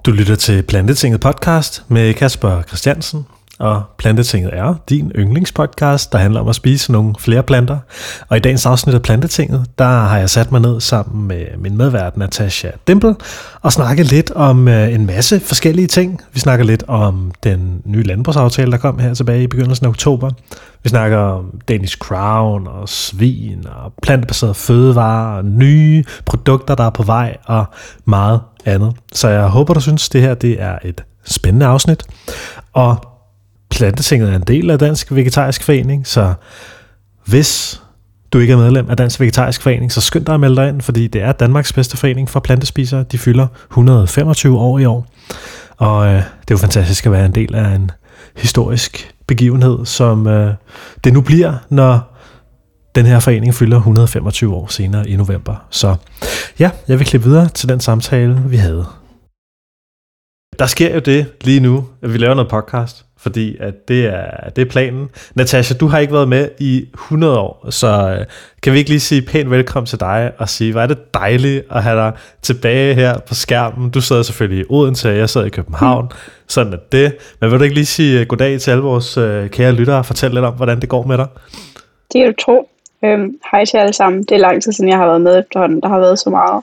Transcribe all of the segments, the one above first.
Du lytter til Plantetinget podcast med Kasper Christiansen, og Plantetinget er din yndlingspodcast, der handler om at spise nogle flere planter. Og i dagens afsnit af Plantetinget, der har jeg sat mig ned sammen med min medvært Natasha Dimple og snakket lidt om en masse forskellige ting. Vi snakker lidt om den nye landbrugsaftale, der kom her tilbage i begyndelsen af oktober. Vi snakker om Danish Crown og svin og plantebaserede fødevarer og nye produkter, der er på vej og meget andet. Så jeg håber, du synes, det her det er et spændende afsnit. Og Plantetinget er en del af Dansk Vegetarisk Forening, så hvis du ikke er medlem af Dansk Vegetarisk Forening, så skynd dig at melde dig ind, fordi det er Danmarks bedste forening for plantespisere. De fylder 125 år i år, og det er jo fantastisk at være en del af en historisk begivenhed, som det nu bliver, når den her forening fylder 125 år senere i november. Så ja, jeg vil klippe videre til den samtale, vi havde. Der sker jo det lige nu, at vi laver noget podcast, fordi at det er planen. Natasha, du har ikke været med i 100 år, så kan vi ikke lige sige pænt velkommen til dig og sige, hvor er det dejligt at have dig tilbage her på skærmen. Du sidder selvfølgelig i Odense, jeg sidder i København, sådan er det. Men vil du ikke lige sige goddag til alle vores kære lyttere og fortælle lidt om, hvordan det går med dig? Det er jo tro. Hej til alle sammen. Det er lang tid siden, jeg har været med efterhånden. Der har været så meget.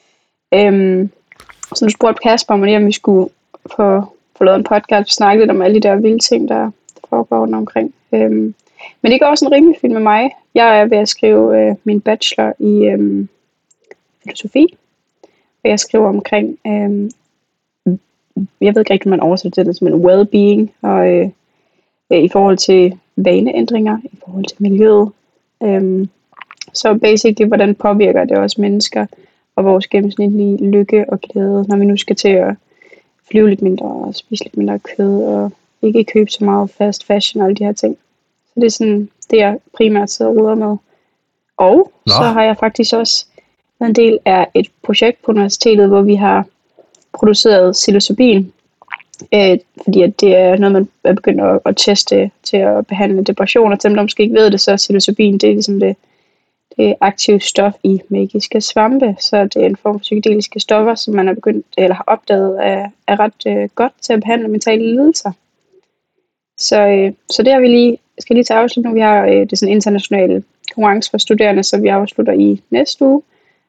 Så nu spurgte Kasper mig lige, om vi skulle få lavet en podcast og snakke lidt om alle de der vilde ting, der foregår rundt omkring. Men det går også en rimelig fint med mig. Jeg er ved at skrive min bachelor i filosofi. Og jeg skriver omkring, jeg ved ikke rigtig, om man oversætter det som en well-being, og i forhold til vaneændringer, i forhold til miljøet. Så basically, hvordan påvirker det også mennesker og vores gennemsnitlige lykke og glæde, når vi nu skal til at flyve lidt mindre og spise lidt mindre kød og ikke købe så meget fast fashion og alle de her ting. Så det er sådan det, jeg primært sidder og ruder med. Og så har jeg faktisk også været en del af et projekt på universitetet, hvor vi har produceret psilocybin, fordi at det er noget, man er begyndt at teste til at behandle depressioner. Til dem, der måske ikke ved det, så psilocybin, det er ligesom det aktive stof i magiske svampe, så det er en form for psykedeliske stoffer, som man er begyndt eller har opdaget er ret godt til at behandle mentale lidelser. Så det har vi skal lige tage afslut nu. Vi har det sådan internationale konkurrence for studerende, så vi afslutter i næste uge.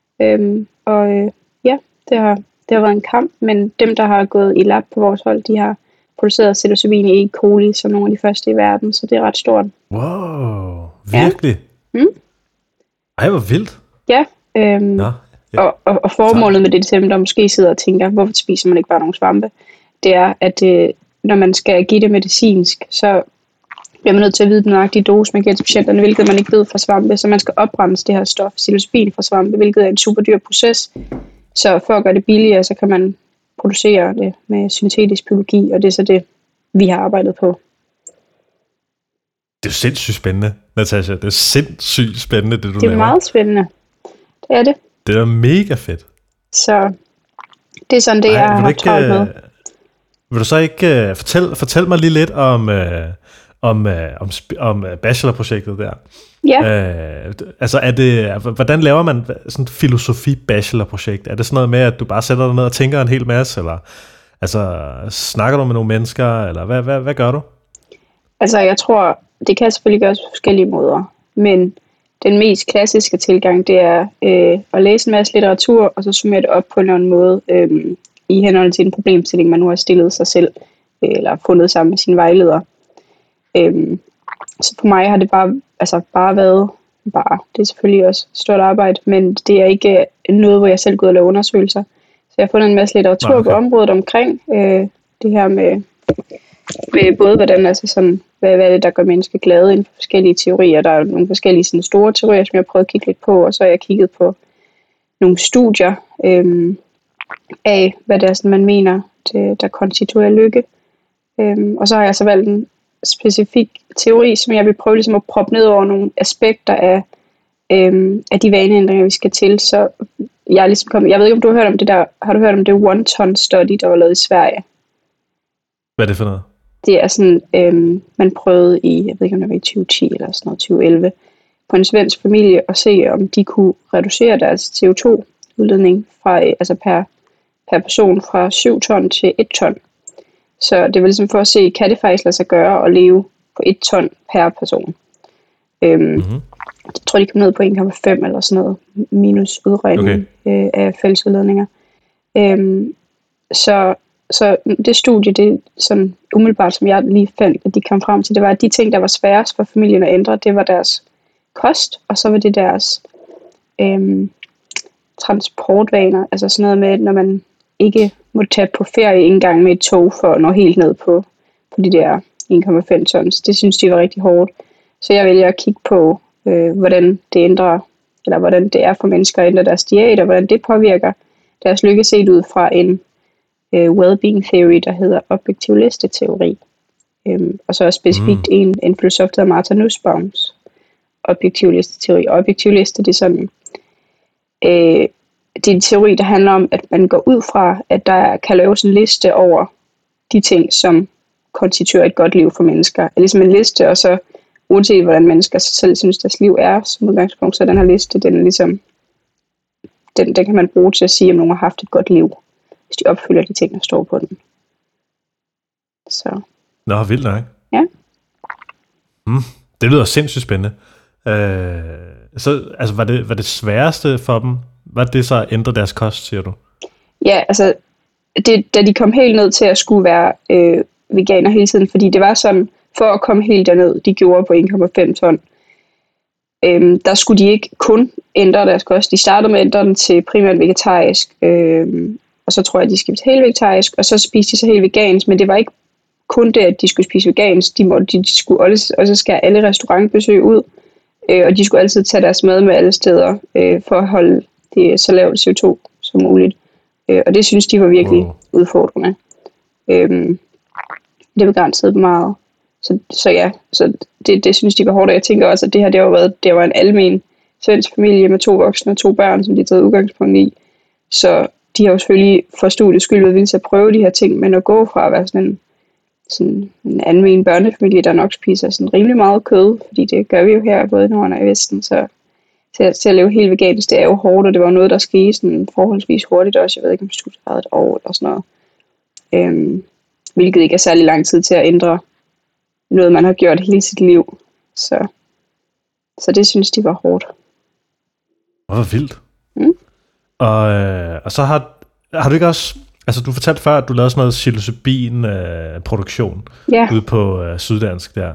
Det har været en kamp, men dem, der har gået i lab på vores hold, de har produceret psilocybin i E. coli som nogle af de første i verden, så det er ret stort. Wow, virkelig? Ja. Ej, hvor vildt. Ja, og formålet med det til dem, der måske sidder og tænker, hvorfor spiser man ikke bare nogle svampe, det er, at når man skal give det medicinsk, så bliver man nødt til at vide den nøjagtige dose, man giver til patienterne, hvilket man ikke ved fra svampe, så man skal oprense det her stof, psilocybin fra svampe, hvilket er en super dyr proces. Så for at gøre det billigere, så kan man producere det med syntetisk biologi, og det er så det, vi har arbejdet på. Det er jo sindssygt spændende, Natasha. Det er sindssygt spændende, det du laver. Det er meget spændende. Det er det. Det er mega fedt. Så det er sådan det, jeg har travlt med. Vil du så ikke fortælle mig lige lidt om bachelorprojektet der? Ja. Hvordan laver man sådan et filosofi-bachelorprojekt? Er det sådan noget med, at du bare sætter dig ned og tænker en hel masse, eller snakker du med nogle mennesker, eller hvad gør du? Altså, jeg tror, det kan selvfølgelig gøres på forskellige måder, men den mest klassiske tilgang, det er at læse en masse litteratur, og så summere det op på en eller anden måde, i henhold til en problemstilling, man nu har stillet sig selv, eller fundet sammen med sine vejledere. Så for mig har det bare været, det er selvfølgelig også stort arbejde, men det er ikke noget, hvor jeg selv går ud og laver undersøgelser. Så jeg har fundet en masse litteratur på området omkring det her med både hvordan, hvad er det, der gør mennesker glade inden for forskellige teorier. Der er nogle forskellige sådan, store teorier, som jeg har prøvet at kigge lidt på, og så har jeg kigget på nogle studier af, hvad det er, sådan, man mener, der konstituerer lykke. Og så har jeg så valgt en specifik teori, som jeg vil prøve ligesom at proppe ned over nogle aspekter af de vaneændringer, vi skal til. Så jeg er ligesom jeg ved ikke, om du har hørt om det der. Har du hørt om det one-ton study, der var lavet i Sverige? Hvad er det for noget? Det er sådan, man prøvede jeg ved ikke, om det var i 2010 eller sådan noget, 2011, på en svensk familie at se, om de kunne reducere deres CO2-udledning fra, per per person fra 7 ton til 1 ton. Så det var ligesom for at se, kan det faktisk lade sig gøre at leve på 1 ton per person. Jeg tror, de kom ned på 1,5 eller sådan noget, minus udregning af fællesudledninger. Så det studie, det sådan umiddelbart, som jeg lige fandt, at de kom frem til, det var, at de ting, der var sværest for familien at ændre, det var deres kost, og så var det deres transportvaner, altså sådan noget med, når man ikke må tage på ferie engang med et tog for at nå helt ned på de der 1,5 tons. Det synes de var rigtig hårdt. Så jeg vælger at kigge på, hvordan det ændrer, eller hvordan det er for mennesker at ændre deres diæt, og hvordan det påvirker deres lykke set ud fra en well-being theory, der hedder objektiv liste-teori. Og så er specifikt en filosof, der hedder Martha Nussbaums objektiv liste-teori. Og objektiv liste, det er sådan, det er en teori, der handler om, at man går ud fra, at der kan laves en liste over de ting, som konstituerer et godt liv for mennesker. Det er ligesom en liste, og så uanset hvordan mennesker selv synes, deres liv er, som udgangspunkt, så den her liste, den er ligesom, den kan man bruge til at sige, om nogen har haft et godt liv, hvis de opfylder de ting, der står på den. Så. Nå, vildt nok. Ja. Det lyder sindssygt spændende. Så altså, var det sværeste for dem? Var det så at ændre deres kost, siger du? Ja, altså, da de kom helt ned til at skulle være veganer hele tiden, fordi det var sådan, for at komme helt derned, de gjorde på 1,5 ton, der skulle de ikke kun ændre deres kost. De startede med at ændre den til primært vegetarisk, og så tror jeg, at de skiftede helt vegetarisk, og så spiste de så helt vegansk, men det var ikke kun det, at de skulle spise vegansk, de skulle også skære alle restaurantbesøg ud, og de skulle altid tage deres mad med alle steder, for at holde det så lavt CO2 som muligt. Og det synes de var virkelig udfordrende. Det begrænsede dem meget. Så det synes de var hårdt, og jeg tænker også, at det her, det var en almen svensk familie med 2 voksne og 2 børn, som de taget udgangspunkt i. Så de har jo selvfølgelig for studiets skyld været villige til at prøve de her ting, men at gå fra at være sådan en almen børnefamilie, der nok spiser sådan rimelig meget kød, fordi det gør vi jo her, både i Norden og i Vesten, så til at leve helt vegansk, det er jo hårdt, og det var noget, der skete sådan forholdsvis hurtigt også. Jeg ved ikke, om studiet havde et år eller sådan noget. Hvilket ikke er særlig lang tid til at ændre noget, man har gjort hele sit liv. Så det synes de var hårdt. Hvor vildt. Og så har du ikke også, altså du fortalte før, at du lavede sådan noget psilocybin produktion ude på Syddansk der.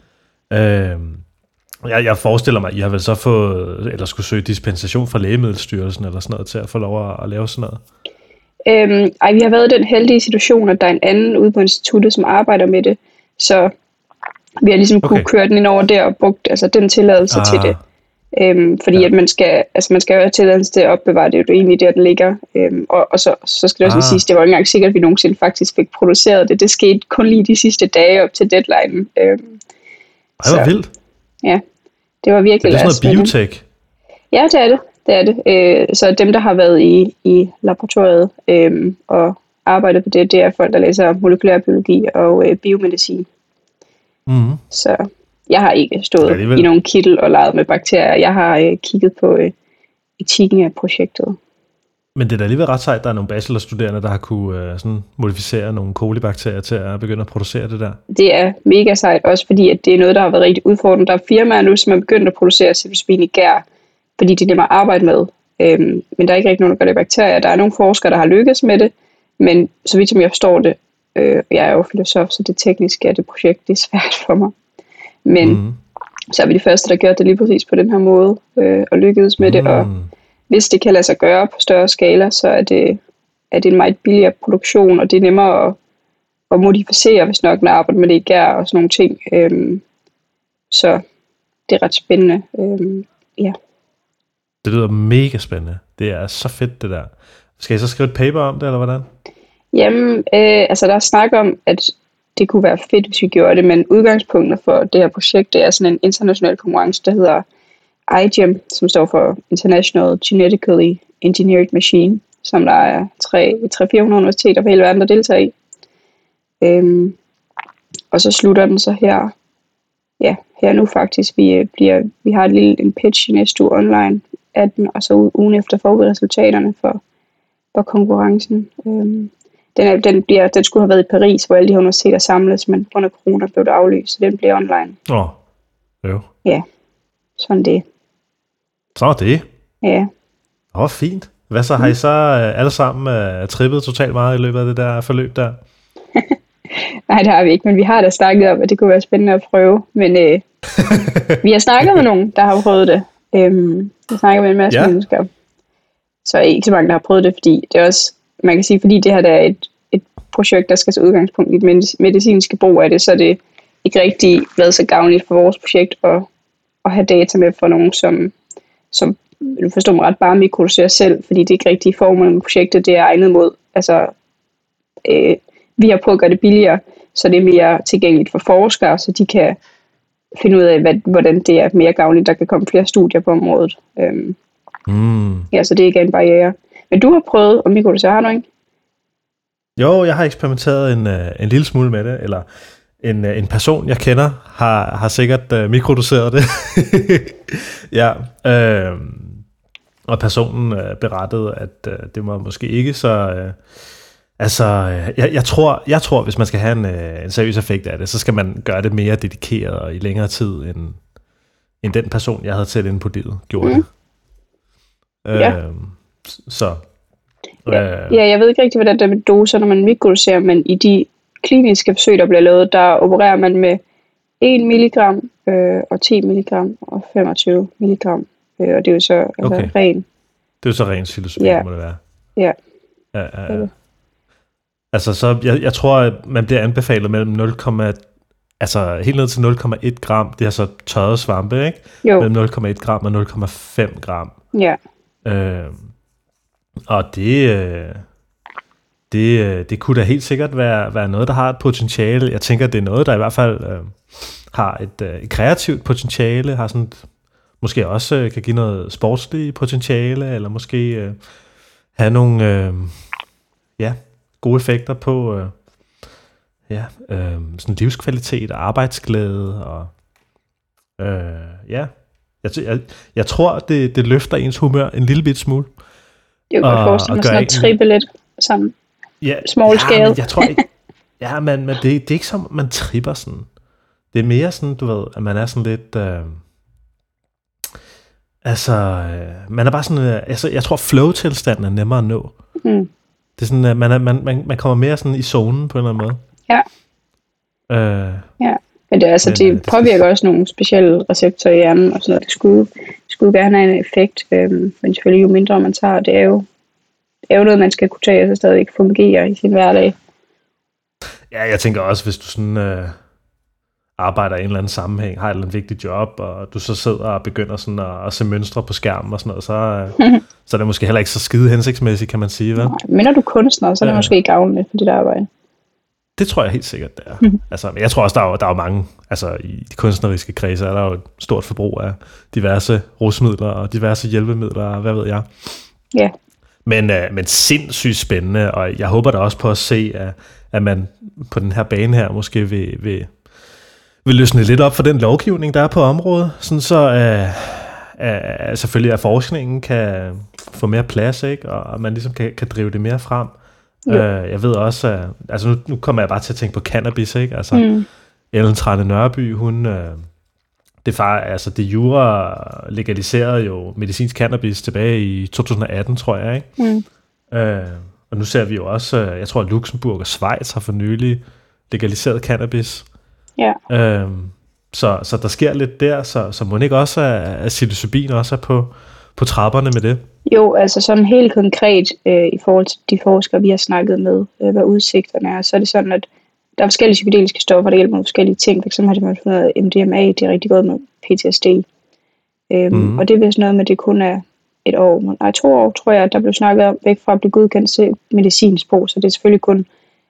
Jeg forestiller mig, at I har vel så fået, eller skulle søge dispensation fra Lægemiddelstyrelsen eller sådan noget til at få lov at lave sådan noget? Vi har været i den heldige situation, at der er en anden ude på instituttet, som arbejder med det, så vi har ligesom kunne køre den ind over der og brugt altså den tilladelse til det. Fordi at man skal jo have tilladelse til at opbevare det, det er jo egentlig der, den ligger. Og så skal det også lige siges, det var ikke engang sikkert, at vi nogensinde faktisk fik produceret det. Det skete kun lige de sidste dage op til deadline. Det var vildt. Ja, det var virkelig. Det er sådan noget biotech. Ja, det er det. Så dem, der har været i laboratoriet og arbejdet på det er folk, der læser molekylærbiologi og biomedicin. Så jeg har ikke stået i nogen kittel og leget med bakterier. Jeg har kigget på etikken af projektet. Men det er da alligevel ret sejt, der er nogle bachelorstuderende, der har kunne sådan modificere nogle kolibakterier til at begynde at producere det der. Det er mega sejt, også fordi at det er noget, der har været rigtig udfordrende. Der er firmaer nu, som er begyndt at producere psilocybin i gær, fordi det er nemmere at arbejde med. Men der er ikke rigtig nogen, der gør det i bakterier. Der er nogle forskere, der har lykkes med det, men så vidt som jeg forstår det, jeg er jo filosof, så det tekniske af det projekt, det er svært for mig. Men så er vi de første, der gør det lige præcis på den her måde, og lykkedes med det, og hvis det kan lade sig gøre på større skala, så er det en meget billigere produktion, og det er nemmere at modificere, hvis nok man arbejder med det i gær og sådan nogle ting. Så det er ret spændende. Ja. Det lyder mega spændende. Det er så fedt, det der. Skal I så skrive et paper om det, eller hvordan? Jamen, altså der er snak om, at det kunne være fedt, hvis vi gjorde det, men udgangspunktet for det her projekt, det er sådan en international konkurrence, der hedder iGEM, som står for International Genetically Engineered Machine, som der er 300-400 universiteter på hele verden, der deltager i. Og så slutter den så her nu faktisk. Vi har en pitch i næste uge online 18, og så ugen efter får vi resultaterne for var konkurrencen. Den skulle have været i Paris, hvor alle de her universiteter samles, men på grund af corona blev det aflyst, så den blev online. Jo. Ja, sådan det. Så er det. Ja. Fint. Hvad så, har I så alle sammen trippet totalt meget i løbet af det der forløb der? Nej, det har vi ikke, men vi har da snakket om, at det kunne være spændende at prøve. Men vi har snakket med nogen, der har prøvet det. Vi har snakket med en masse mennesker. Så ikke så mange, der har prøvet det, fordi det er også, man kan sige, fordi det her der er et projekt, der skal tage udgangspunkt i et medicinske brug af det, så er det ikke rigtig været så gavnligt for vores projekt at have data med for nogen, som du forstår mig ret, bare mikrodoserer selv, fordi det er ikke rigtig formålet med projektet, det er egnet mod, altså vi har prøvet at gøre det billigere, så det er mere tilgængeligt for forskere, så de kan finde ud af, hvordan det er mere gavnligt, der kan komme flere studier på området. Ja, så det er ikke en barriere. Men du har prøvet at mikrodosere, har du ikke? Jo, jeg har eksperimenteret en lille smule med det, eller en person, jeg kender, har sikkert mikrodoseret det. Ja, og personen berettede, at det var måske ikke så... jeg tror, hvis man skal have en seriøs effekt af det, så skal man gøre det mere dedikeret og i længere tid, end den person, jeg havde tæt inde på livet, gjorde det. Så... jeg ved ikke rigtig, hvordan det er med doser, når man mikrodoserer, men i de kliniske forsøg, der bliver lavet, der opererer man med 1 milligram og 10 milligram og 25 milligram. Og det er jo så ren. Det er jo så ren psilocybin, må det være. Ja. Altså, så jeg tror, at man bliver anbefalet mellem 0, helt ned til 0,1 gram. Det er så tørret svampe, ikke? Jo. Mellem 0,1 gram og 0,5 gram. Ja. Og det kunne da helt sikkert være noget, der har et potentiale. Jeg tænker, det er noget, der i hvert fald har et kreativt potentiale, har sådan måske også kan give noget sportsligt potentiale, eller måske have nogle gode effekter på sådan livskvalitet og arbejdsglæde. Og jeg tror, det løfter ens humør en lille bit smule. Det kan godt forestille mig sådan at trippe lidt sådan small scale. Men jeg tror ikke, men det er ikke som, man tripper sådan. Det er mere sådan, du ved, at man er sådan lidt... man er bare sådan... jeg tror, flow-tilstanden er nemmere at nå. Det er sådan, at man kommer mere sådan i zonen på en eller anden måde. Ja. Men det påvirker også nogle specielle receptorer i hjernen, og sådan noget. Det skulle gerne have en effekt, men selvfølgelig jo mindre man tager, det er jo noget, man skal kunne tage, og så stadig ikke fungere i sin hverdag. Ja, jeg tænker også, hvis du sådan arbejder i en eller anden sammenhæng, har et eller andet vigtigt job, og du så sidder og begynder sådan at se mønstre på skærmen og sådan noget, så er det måske heller ikke så skide hensigtsmæssigt, kan man sige, vel? Men når du er kunstner, så er det måske gavnligt for dit arbejde. Det tror jeg helt sikkert, det er. Altså, men jeg tror også, der er jo mange, altså i de kunstneriske kredse, er der jo et stort forbrug af diverse rusmidler og diverse hjælpemidler, og hvad ved jeg. Ja. Men sindssygt spændende, og jeg håber da også på at se, at man på den her bane her måske vil løsne lidt op for den lovgivning, der er på området, sådan så selvfølgelig at forskningen kan få mere plads, ikke? Og man ligesom kan drive det mere frem. Jeg ved også, altså nu kommer jeg bare til at tænke på cannabis, ikke? Altså Ellen Trane Nørby, hun det jura legaliserede jo medicinsk cannabis tilbage i 2018, tror jeg, ikke? Og nu ser vi jo også, jeg tror, at Luxembourg og Schweiz har for nylig legaliseret cannabis. Ja. Så der sker lidt der, så må ikke også, at psilocybin også er på trapperne med det? Jo, altså sådan helt konkret i forhold til de forskere, vi har snakket med, hvad udsigterne er, så er det sådan, at der er forskellige psykedeliske stoffer, der hjælper med forskellige ting. For eksempel har de fundet, at MDMA, det er rigtig godt med PTSD. Og det er vist noget med, at det kun er 2 år, tror jeg, der blev snakket om, væk fra at blive godkendt til medicinsk brug, så det er selvfølgelig kun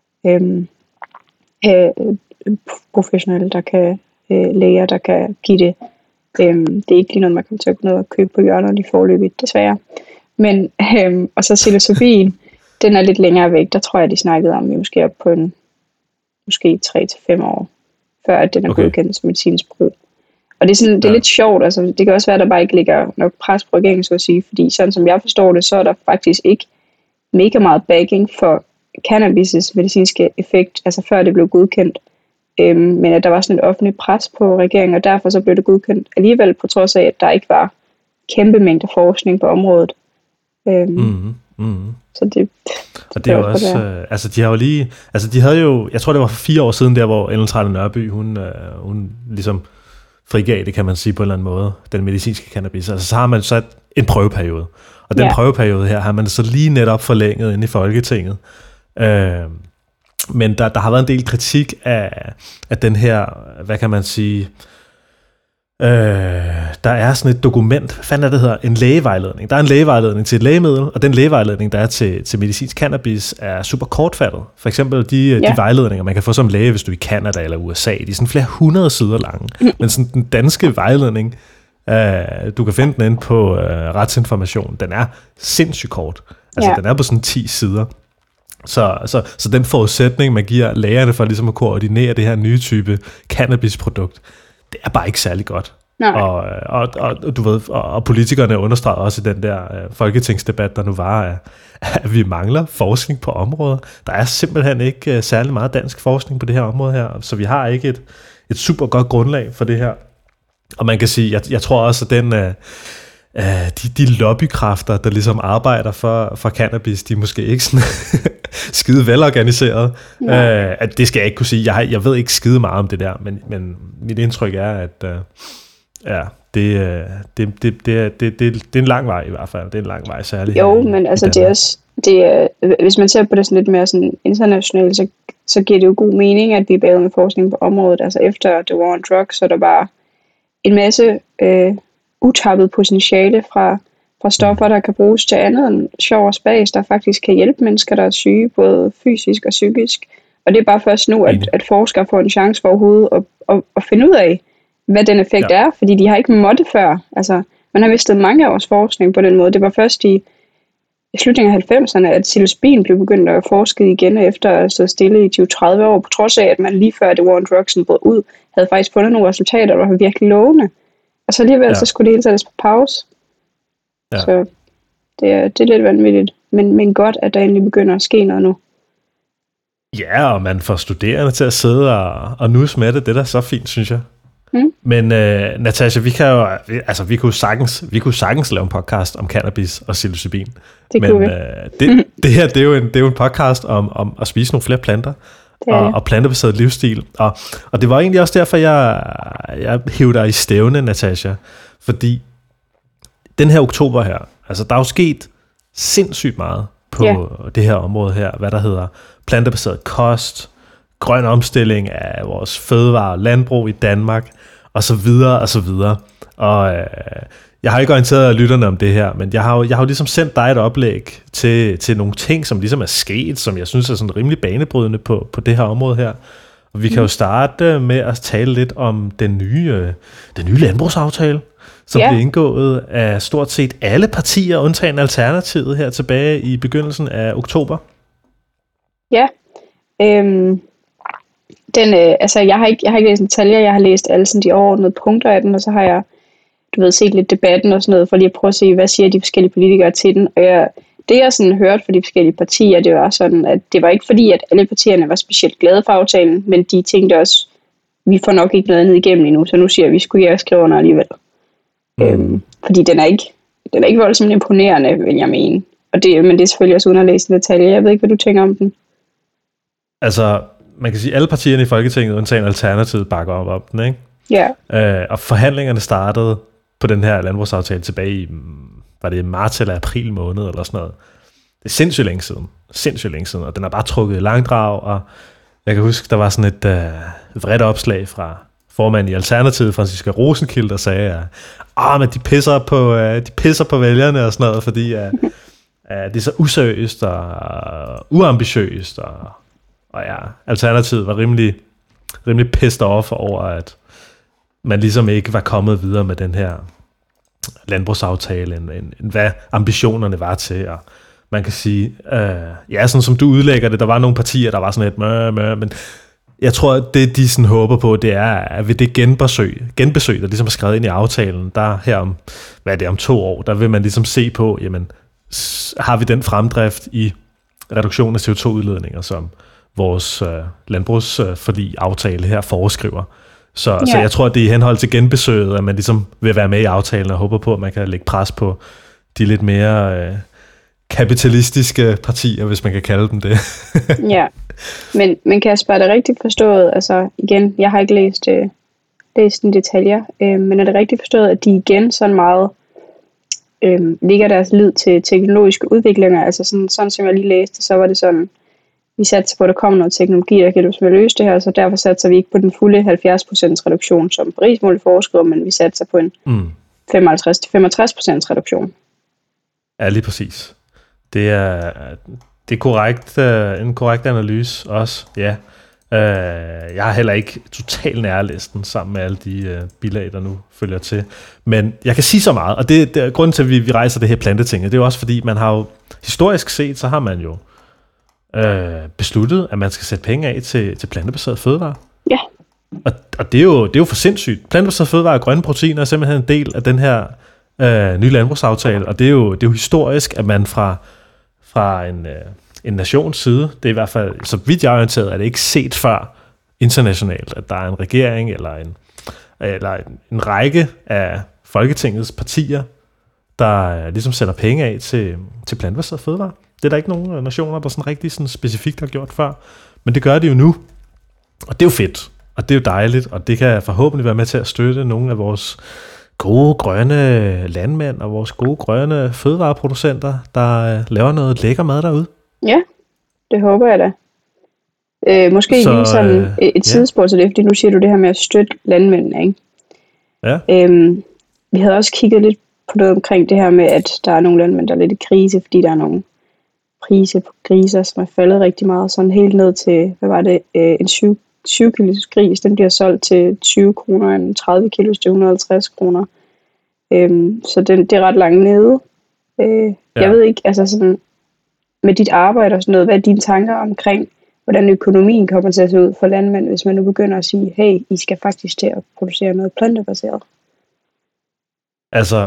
professionelle, der kan læger, der kan give det. Det er ikke lige noget, man kan tage ned og købe på hjørnet i forløbet, desværre. Men, og så psilocybin, den er lidt længere væk. Der tror jeg, de snakkede om, at vi måske er på en 3-5 år, før at den er godkendt som medicinsk brug. Og det er, sådan, det er lidt sjovt, altså det kan også være, at der bare ikke ligger nok pres på regeringen, så at sige, fordi sådan som jeg forstår det, så er der faktisk ikke mega meget backing for cannabis' medicinske effekt, altså før det blev godkendt. Men at der var sådan et offentligt pres på regeringen, og derfor så blev det godkendt alligevel, på trods af, at der ikke var kæmpe mængder forskning på området. Så det... Og det er jo også, de har jo lige, de havde jo, jeg tror det var for 4 år siden der, hvor Ellen Trane Nørby, hun ligesom frigav det, kan man sige på en eller anden måde, den medicinske cannabis. Altså så har man sat en prøveperiode, og den prøveperiode her har man så lige netop forlænget inde i Folketinget. Men der har været en del kritik af den her, hvad kan man sige, der er sådan et dokument, hvad fanden er det hedder, en lægevejledning. Der er en lægevejledning til et lægemiddel, og den lægevejledning, der er til medicinsk cannabis, er super kortfattet. For eksempel de vejledninger, man kan få som læge, hvis du er i Canada eller USA, de er sådan flere 100 sider lange. Men sådan den danske vejledning, du kan finde den inde på Retsinformation, den er sindssygt kort. Altså den er på sådan 10 sider. Så den forudsætning, man giver lægerne for ligesom at koordinere det her nye type cannabisprodukt, det er bare ikke særlig godt. Og du ved, og politikerne understreger også i den der folketingsdebat, der nu var, at vi mangler forskning på området. Der er simpelthen ikke særlig meget dansk forskning på det her område her, så vi har ikke et super godt grundlag for det her. Og man kan sige, jeg tror også, at de lobbykræfter, der ligesom arbejder for cannabis, de er måske ikke sådan skide velorganiseret. At det skal jeg ikke kunne sige. Jeg ved ikke skide meget om det der, men mit indtryk er, at det er en lang vej i hvert fald. Det er en lang vej særligt. Jo, men altså det er også, hvis man ser på det sådan lidt mere sådan internationalt, så giver det jo god mening, at vi er bagud med forskning på området. Altså efter The War on Drugs, så er der bare en masse utappet potentiale fra stoffer, der kan bruges til andet end sjov og spas, der faktisk kan hjælpe mennesker, der er syge, både fysisk og psykisk. Og det er bare først nu, at forskere får en chance for overhovedet at finde ud af, hvad den effekt er, fordi de har ikke måttet før. Altså, man har mistet mange af vores forskning på den måde. Det var først i slutningen af 90'erne, at psilocybin blev begyndt at forske igen efter at stå stille i 20-30 år, på trods af, at man lige før The War on Drugs brød ud, havde faktisk fundet nogle resultater, der var virkelig lovende. Og så alligevel, så skulle det hele sættes på pause. Ja. Så det er lidt vanvittigt. Men godt, at der endelig begynder at ske noget nu. Ja, og man får studerende til at sidde og nus med det. Det er da så fint, synes jeg. Men Natasha, vi kunne sagtens lave en podcast om cannabis og psilocybin. Det her, det er jo en podcast om at spise nogle flere planter. Og plantebaseret livsstil. Og det var egentlig også derfor, jeg hævde dig i stævne, Natasha. Fordi den her oktober her, altså der er jo sket sindssygt meget på det her område her, hvad der hedder plantebaseret kost, grøn omstilling af vores fødevare og landbrug i Danmark, og så videre, og så videre. Og jeg har ikke orienteret lytterne om det her, men jeg har jo ligesom sendt dig et oplæg til nogle ting, som ligesom er sket, som jeg synes er sådan rimelig banebrydende på det her område her. Og vi kan jo starte med at tale lidt om den nye landbrugsaftale, som blev indgået af stort set alle partier, undtagen Alternativet her tilbage i begyndelsen af oktober. Ja, jeg har ikke læst detaljer, jeg har læst alle sådan de overordnede punkter af den, og så har jeg set lidt debatten og sådan noget, for lige at prøve at se, hvad siger de forskellige politikere til den. Og det jeg sådan hørte fra de forskellige partier, det var sådan, at det var ikke fordi, at alle partierne var specielt glade for aftalen, men de tænkte også, vi får nok ikke noget andet igennem endnu, så nu siger jeg, at vi skulle skrive under alligevel. Fordi den er ikke voldsomt imponerende, vil jeg mene. Men det er selvfølgelig også uden at læse detaljer. Jeg ved ikke, hvad du tænker om den. Altså, man kan sige, at alle partierne i Folketinget, undtagen Alternativet, bakker op om den, ikke? Ja. Og forhandlingerne startede på den her landbrugsaftale tilbage i, var det marts eller april måned eller sådan noget. Det er sindssygt længe siden, og den er bare trukket i langdrag, og jeg kan huske, der var sådan et vredt opslag fra formanden i Alternativet, Franciska Rosenkilde, der sagde, men de pisser på vælgerne og sådan noget, fordi det er så useriøst og uambitiøst, og Alternativet var rimelig pissed off over, at man ligesom ikke var kommet videre med den her landbrugsaftale, end hvad ambitionerne var til. Og man kan sige, sådan som du udlægger det, der var nogle partier, der var sådan et men jeg tror, at det de sådan håber på, det er, at ved det genbesøg, der ligesom er skrevet ind i aftalen, der her om 2 år, der vil man ligesom se på, jamen, har vi den fremdrift i reduktion af CO2-udledninger, som vores landbrugsforlig aftale her foreskriver. Så jeg tror, at det er i henhold til genbesøget, at man ligesom vil være med i aftalen og håber på, at man kan lægge pres på de lidt mere kapitalistiske partier, hvis man kan kalde dem det. Ja, men Kasper, er det rigtigt forstået? Altså igen, jeg har ikke læst den detaljer, men er det rigtigt forstået, at de igen sådan meget ligger deres lid til teknologiske udviklinger? Altså sådan som jeg lige læste, så var det sådan, vi satser på, at der kommer noget teknologi, der kan løse det her, så derfor satser vi ikke på den fulde 70% reduktion, som Paris-målet foreskriver, men vi satser på en 55-65% reduktion. Ja, lige præcis. Det er korrekt, en korrekt analyse også, ja. Jeg har heller ikke totalt nærlæst den sammen med alle de bilag, der nu følger til. Men jeg kan sige så meget, og det er grunden til, at vi rejser det her planteting. Det er jo også fordi, man har jo historisk set, så har man jo besluttet, at man skal sætte penge af til plantebaseret fødevare. Ja. Og det er jo for sindssygt. Plantebaseret fødevare og grønne proteiner er simpelthen en del af den her nye landbrugsaftale, og det er jo historisk, at man fra en nations side, det er i hvert fald, så vidt jeg er orienteret, er det ikke set før internationalt, at der er en regering eller en række af Folketingets partier, der ligesom sætter penge af til plantebaseret fødevare. Det er der ikke nogen nationer, der sådan rigtig sådan specifikt har gjort før, men det gør det jo nu, og det er jo fedt, og det er jo dejligt, og det kan forhåbentlig være med til at støtte nogle af vores gode grønne landmænd og vores gode grønne fødevareproducenter, der laver noget lækker mad derude. Ja, det håber jeg da. Måske lige sådan et sidespor til det, fordi nu siger du det her med at støtte landmændene, ikke? Ja. Vi havde også kigget lidt på noget omkring det her med, at der er nogle landmænd, der er lidt i krise, fordi der er nogle priser på griser, som er faldet rigtig meget, sådan helt ned til, hvad var det, en 20 kilos gris, den bliver solgt til 20 kroner, en 30 kilos til 150 kroner. Så det er ret langt nede. Jeg ved ikke, altså sådan, med dit arbejde og sådan noget, hvad er dine tanker omkring, hvordan økonomien kommer til at se ud for landmænd, hvis man nu begynder at sige, hey, I skal faktisk til at producere noget plantebaseret? Altså,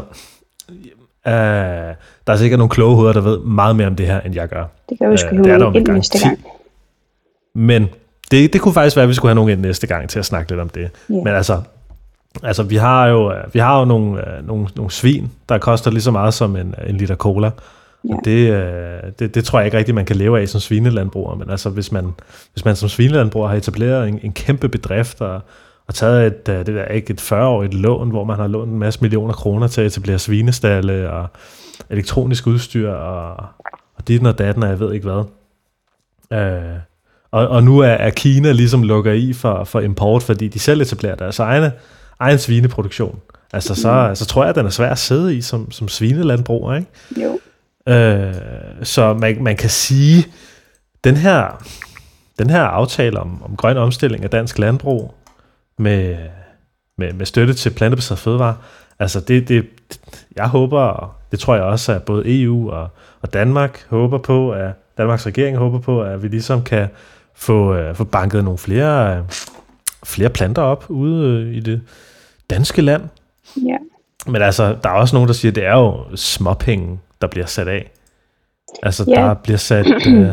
der er sikkert nogle kloge hoveder, der ved meget mere om det her, end jeg gør. Det kan vi sgu hive nogen ind næste gang. Men det kunne faktisk være, at vi skulle have nogen ind næste gang til at snakke lidt om det. Yeah. Men altså vi har jo nogle svin, der koster lige så meget som en liter cola. Yeah. Det tror jeg ikke rigtigt, man kan leve af som svinelandbruger. Men altså, hvis man som svinelandbruger har etableret en kæmpe bedrift og taget et 40-årigt lån, hvor man har lånt en masse millioner kroner til at etablere svinestalle og elektronisk udstyr og dit og datten, og jeg ved ikke hvad. Og nu er Kina ligesom lukker i for import, fordi de selv etablerer deres egen svineproduktion. Altså så tror jeg, at den er svær at sidde i som svinelandbruger, ikke? Jo. Så man kan sige, den her aftale om grøn omstilling af dansk landbrug med støtte til plantebaseret fødevare, altså det jeg håber, og det tror jeg også, at både EU og Danmark håber på, at Danmarks regering håber på, at vi ligesom kan få banket nogle flere planter op ude i det danske land. Ja. Men altså, der er også nogen, der siger, at det er jo småpenge, der bliver sat af. Altså, der bliver sat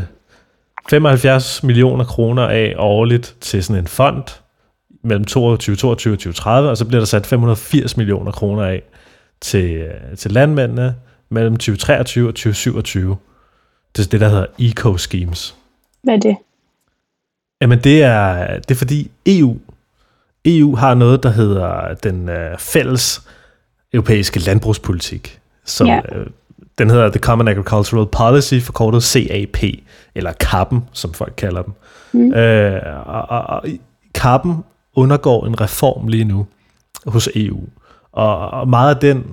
75 millioner kroner af årligt til sådan en fond mellem 2022 og 2030, og så bliver der sat 580 millioner kroner af til landmændene mellem 2023 og 2027. Det er det, der hedder eco-schemes. Hvad er det? Jamen, det er fordi EU har noget, der hedder den fælles europæiske landbrugspolitik, som den hedder The Common Agricultural Policy, forkortet CAP, eller CAP'en, som folk kalder dem. Og CAP'en undergår en reform lige nu hos EU, og meget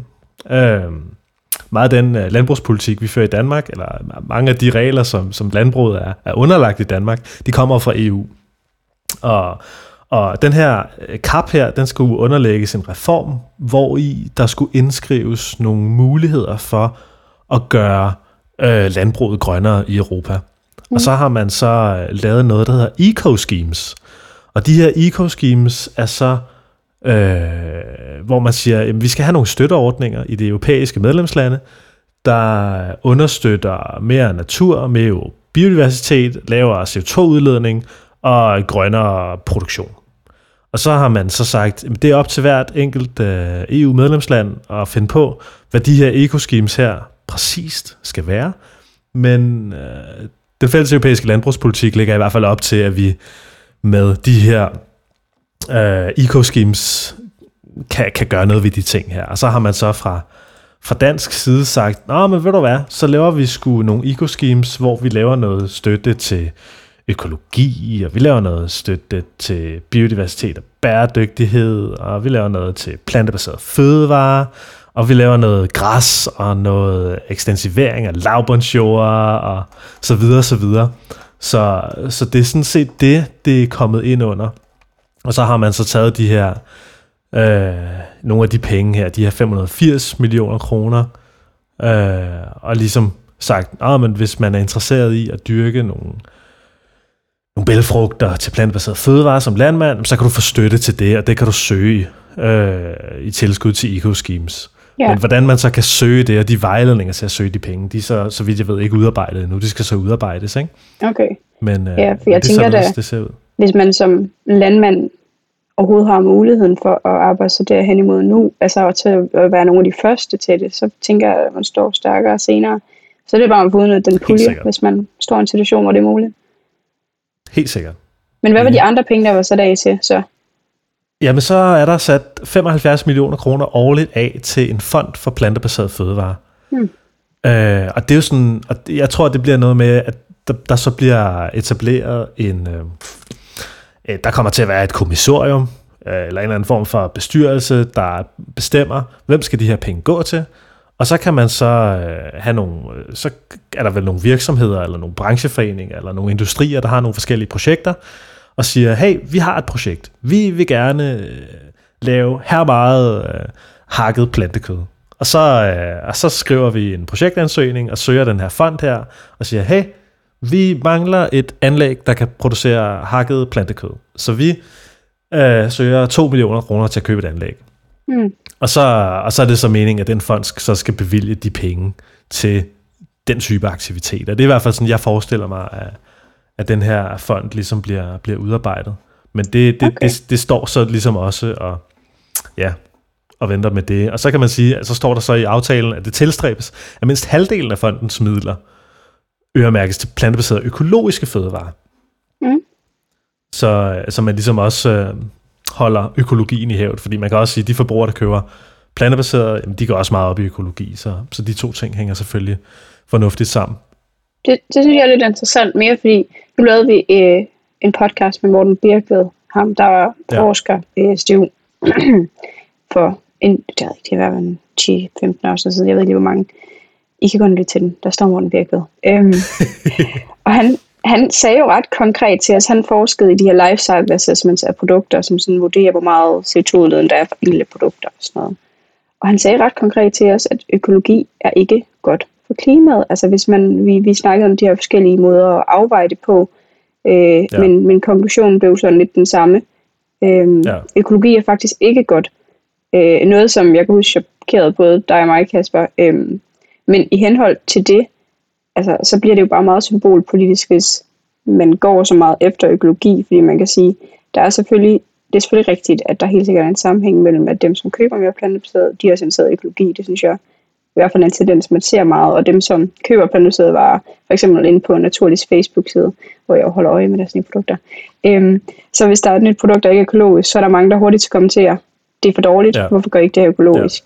af den landbrugspolitik, vi fører i Danmark, eller mange af de regler, som landbruget er underlagt i Danmark, de kommer fra EU. Og den her CAP her, den skulle underlægges en reform, hvor i der skulle indskrives nogle muligheder for at gøre landbruget grønnere i Europa. Og så har man så lavet noget, der hedder eco-schemes. Og de her eco-schemes er så, hvor man siger, at vi skal have nogle støtteordninger i de europæiske medlemslande, der understøtter mere natur, mere biodiversitet, lavere CO2-udledning og grønnere produktion. Og så har man så sagt, at det er op til hvert enkelt EU-medlemsland at finde på, hvad de her ecoschemes her præcist skal være. Men den fælles europæiske landbrugspolitik ligger i hvert fald op til, at vi med de her ecoschemes kan gøre noget ved de ting her. Og så har man så fra dansk side sagt, nå, men ved du hvad, så laver vi sgu nogle ecoschemes, hvor vi laver noget støtte til økologi, og vi laver noget støtte til biodiversitet og bæredygtighed, og vi laver noget til plantebaseret fødevarer, og vi laver noget græs og noget ekstensivering af lavbundsjorder og så videre, så videre. Så det er sådan set det er kommet ind under. Og så har man så taget de her nogle af de penge her, de her 580 millioner kroner, og ligesom sagt, men hvis man er interesseret i at dyrke nogle bælgfrugter til plantebaseret fødevarer som landmand, så kan du få støtte til det, og det kan du søge i tilskud til ecoschemes. Ja. Men hvordan man så kan søge det, og de vejledninger til at søge de penge, de er så vidt jeg ved ikke udarbejdet endnu. De skal så udarbejdes, ikke? Okay. Men ja, for jeg tænker, det ser ud. Hvis man som landmand overhovedet har muligheden for at arbejde sig derhen imod nu, altså til at være nogle af de første til det, så tænker jeg, at man står stærkere senere. Så det er bare at få udnyttet den pulje, hvis man står i en situation, hvor det er muligt. Helt sikkert. Men hvad var de andre penge, der var sat af til så? Jamen så er der sat 75 millioner kroner årligt af til en fond for plantebaseret fødevarer. Og det er jo sådan, og jeg tror, det bliver noget med, at der så bliver etableret der kommer til at være et kommissorium, eller en eller anden form for bestyrelse, der bestemmer, hvem skal de her penge gå til. Og så kan man så have så er der vel nogle virksomheder, eller nogle brancheforeninger, eller nogle industrier, der har nogle forskellige projekter, og siger, hey, vi har et projekt. Vi vil gerne lave her meget hakket plantekød. Og så skriver vi en projektansøgning, og søger den her fond her, og siger, hey, vi mangler et anlæg, der kan producere hakket plantekød. Så vi søger 2 millioner kroner til at købe et anlæg. Og så er det så meningen, at den fond så skal bevilge de penge til den type aktiviteter. Det er i hvert fald sådan, jeg forestiller mig, at den her fond ligesom bliver udarbejdet. Men det står så ligesom også og venter med det. Og så kan man sige, at så står der så i aftalen, at det tilstræbes, at mindst halvdelen af fondens midler øremærkes til plantebaserede økologiske fødevarer. Så man ligesom også holder økologien i hævd, fordi man kan også sige, at de forbrugere, der køber plantebaseret, de går også meget op i økologi, så de to ting hænger selvfølgelig fornuftigt sammen. Det synes jeg er lidt interessant mere, fordi nu lavede vi en podcast med Morten Birkved, ham der var forsker i SDU for det var en 10-15 år siden, jeg ved ikke lige hvor mange. I kan gå lidt til den, der står Morten Birkved. Og han sagde jo ret konkret til os, han forskede i de her life cycle assessments af produkter, som sådan vurderer, hvor meget CO2-udledning der er for enkelte produkter og sådan noget. Og han sagde ret konkret til os, at økologi er ikke godt for klimaet. Altså hvis vi snakkede om de her forskellige måder at afveje det på, men konklusionen blev sådan lidt den samme. Økologi er faktisk ikke godt. Noget, som jeg kan huske chokerede både dig og mig, Kasper. Men i henhold til det, altså, så bliver det jo bare meget symbolpolitisk, hvis man går så meget efter økologi, fordi man kan sige, det er selvfølgelig rigtigt, at der helt sikkert er en sammenhæng mellem, at dem, som køber mere plantebaseret, de har senseret økologi. Det synes jeg i hvert fald en tendens, man ser meget, og dem, som køber plantebaserede varer, for eksempel inde på Naturlig's Facebook-side, hvor jeg holder øje med deres nye produkter. Så hvis der er et nyt produkt, der ikke er økologisk, så er der mange, der hurtigt kommenterer, det er for dårligt, hvorfor gør I ikke det her økologisk?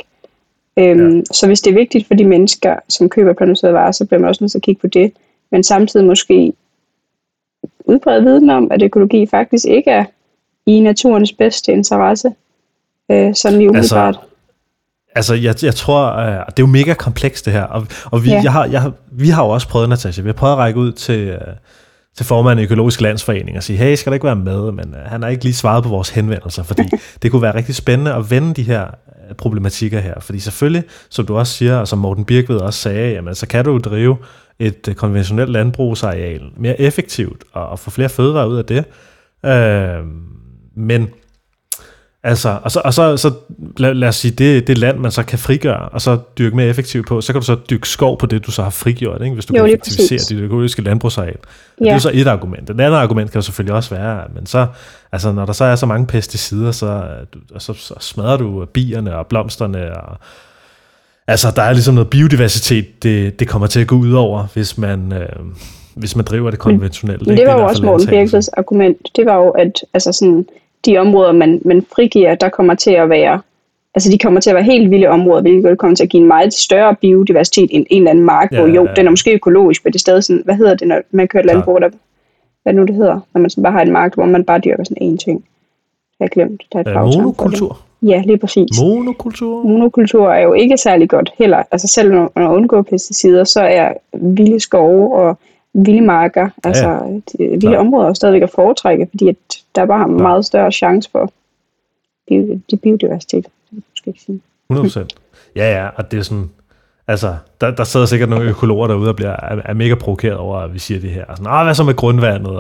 Så hvis det er vigtigt for de mennesker, som køber plantebaserede varer, så bliver man også nødt til at kigge på det, men samtidig måske udbrede viden om, at økologi faktisk ikke er i naturens bedste interesse, sådan lige umiddelbart. Altså, jeg tror, det er jo mega komplekst det her, og vi har jo også prøvet, Natasha, vi har prøvet at række ud til formanden i Økologisk Landsforening og sige, hey, skal der ikke være med? Men han har ikke lige svaret på vores henvendelser, fordi det kunne være rigtig spændende at vende de her problematikker her, fordi selvfølgelig, som du også siger, og som Morten Birkved også sagde, jamen, så kan du drive et konventionelt landbrugsareal mere effektivt og få flere fødevarer ud af det. Men Altså, og så lad os sige, det land, man så kan frigøre, og så dyrke mere effektivt på, så kan du så dyrke skov på det, du så har frigjort, ikke? Hvis du kan effektivisere dit økologiske landbrugsareal. Ja. Det er jo så et argument. Det andet argument kan jo selvfølgelig også være, men så, altså, når der så er så mange pesticider, så smadrer du bierne og blomsterne, og altså, der er ligesom noget biodiversitet, det kommer til at gå ud over, hvis man driver det konventionelt. Men det var jo også Morten Birkeds argument. Det var jo, at altså sådan, de områder, man frigiver, der kommer til at være, altså de kommer til at være helt vilde områder, hvilket kommer til at give en meget større biodiversitet end en eller anden mark, hvor den er måske økologisk, men det er stadig sådan, hvad hedder det, når man kører et landbrug, hvad nu det hedder, når man sådan bare har en mark, hvor man bare dyrker sådan én ting. Jeg har glemt, der er et monokultur. Ja, lige præcis. Monokultur er jo ikke særlig godt heller. Altså selv når man undgår pesticider, så er vilde skove og vilde marker, altså vilde områder er stadigvæk at foretrække, fordi at der bare har meget større chance for biodiversitet. Det skal ikke sige. 100%. Ja, og det er sådan, altså, der sidder sikkert nogle økologer derude, og er mega provokeret over, at vi siger det her. Sådan, hvad så med grundvandet,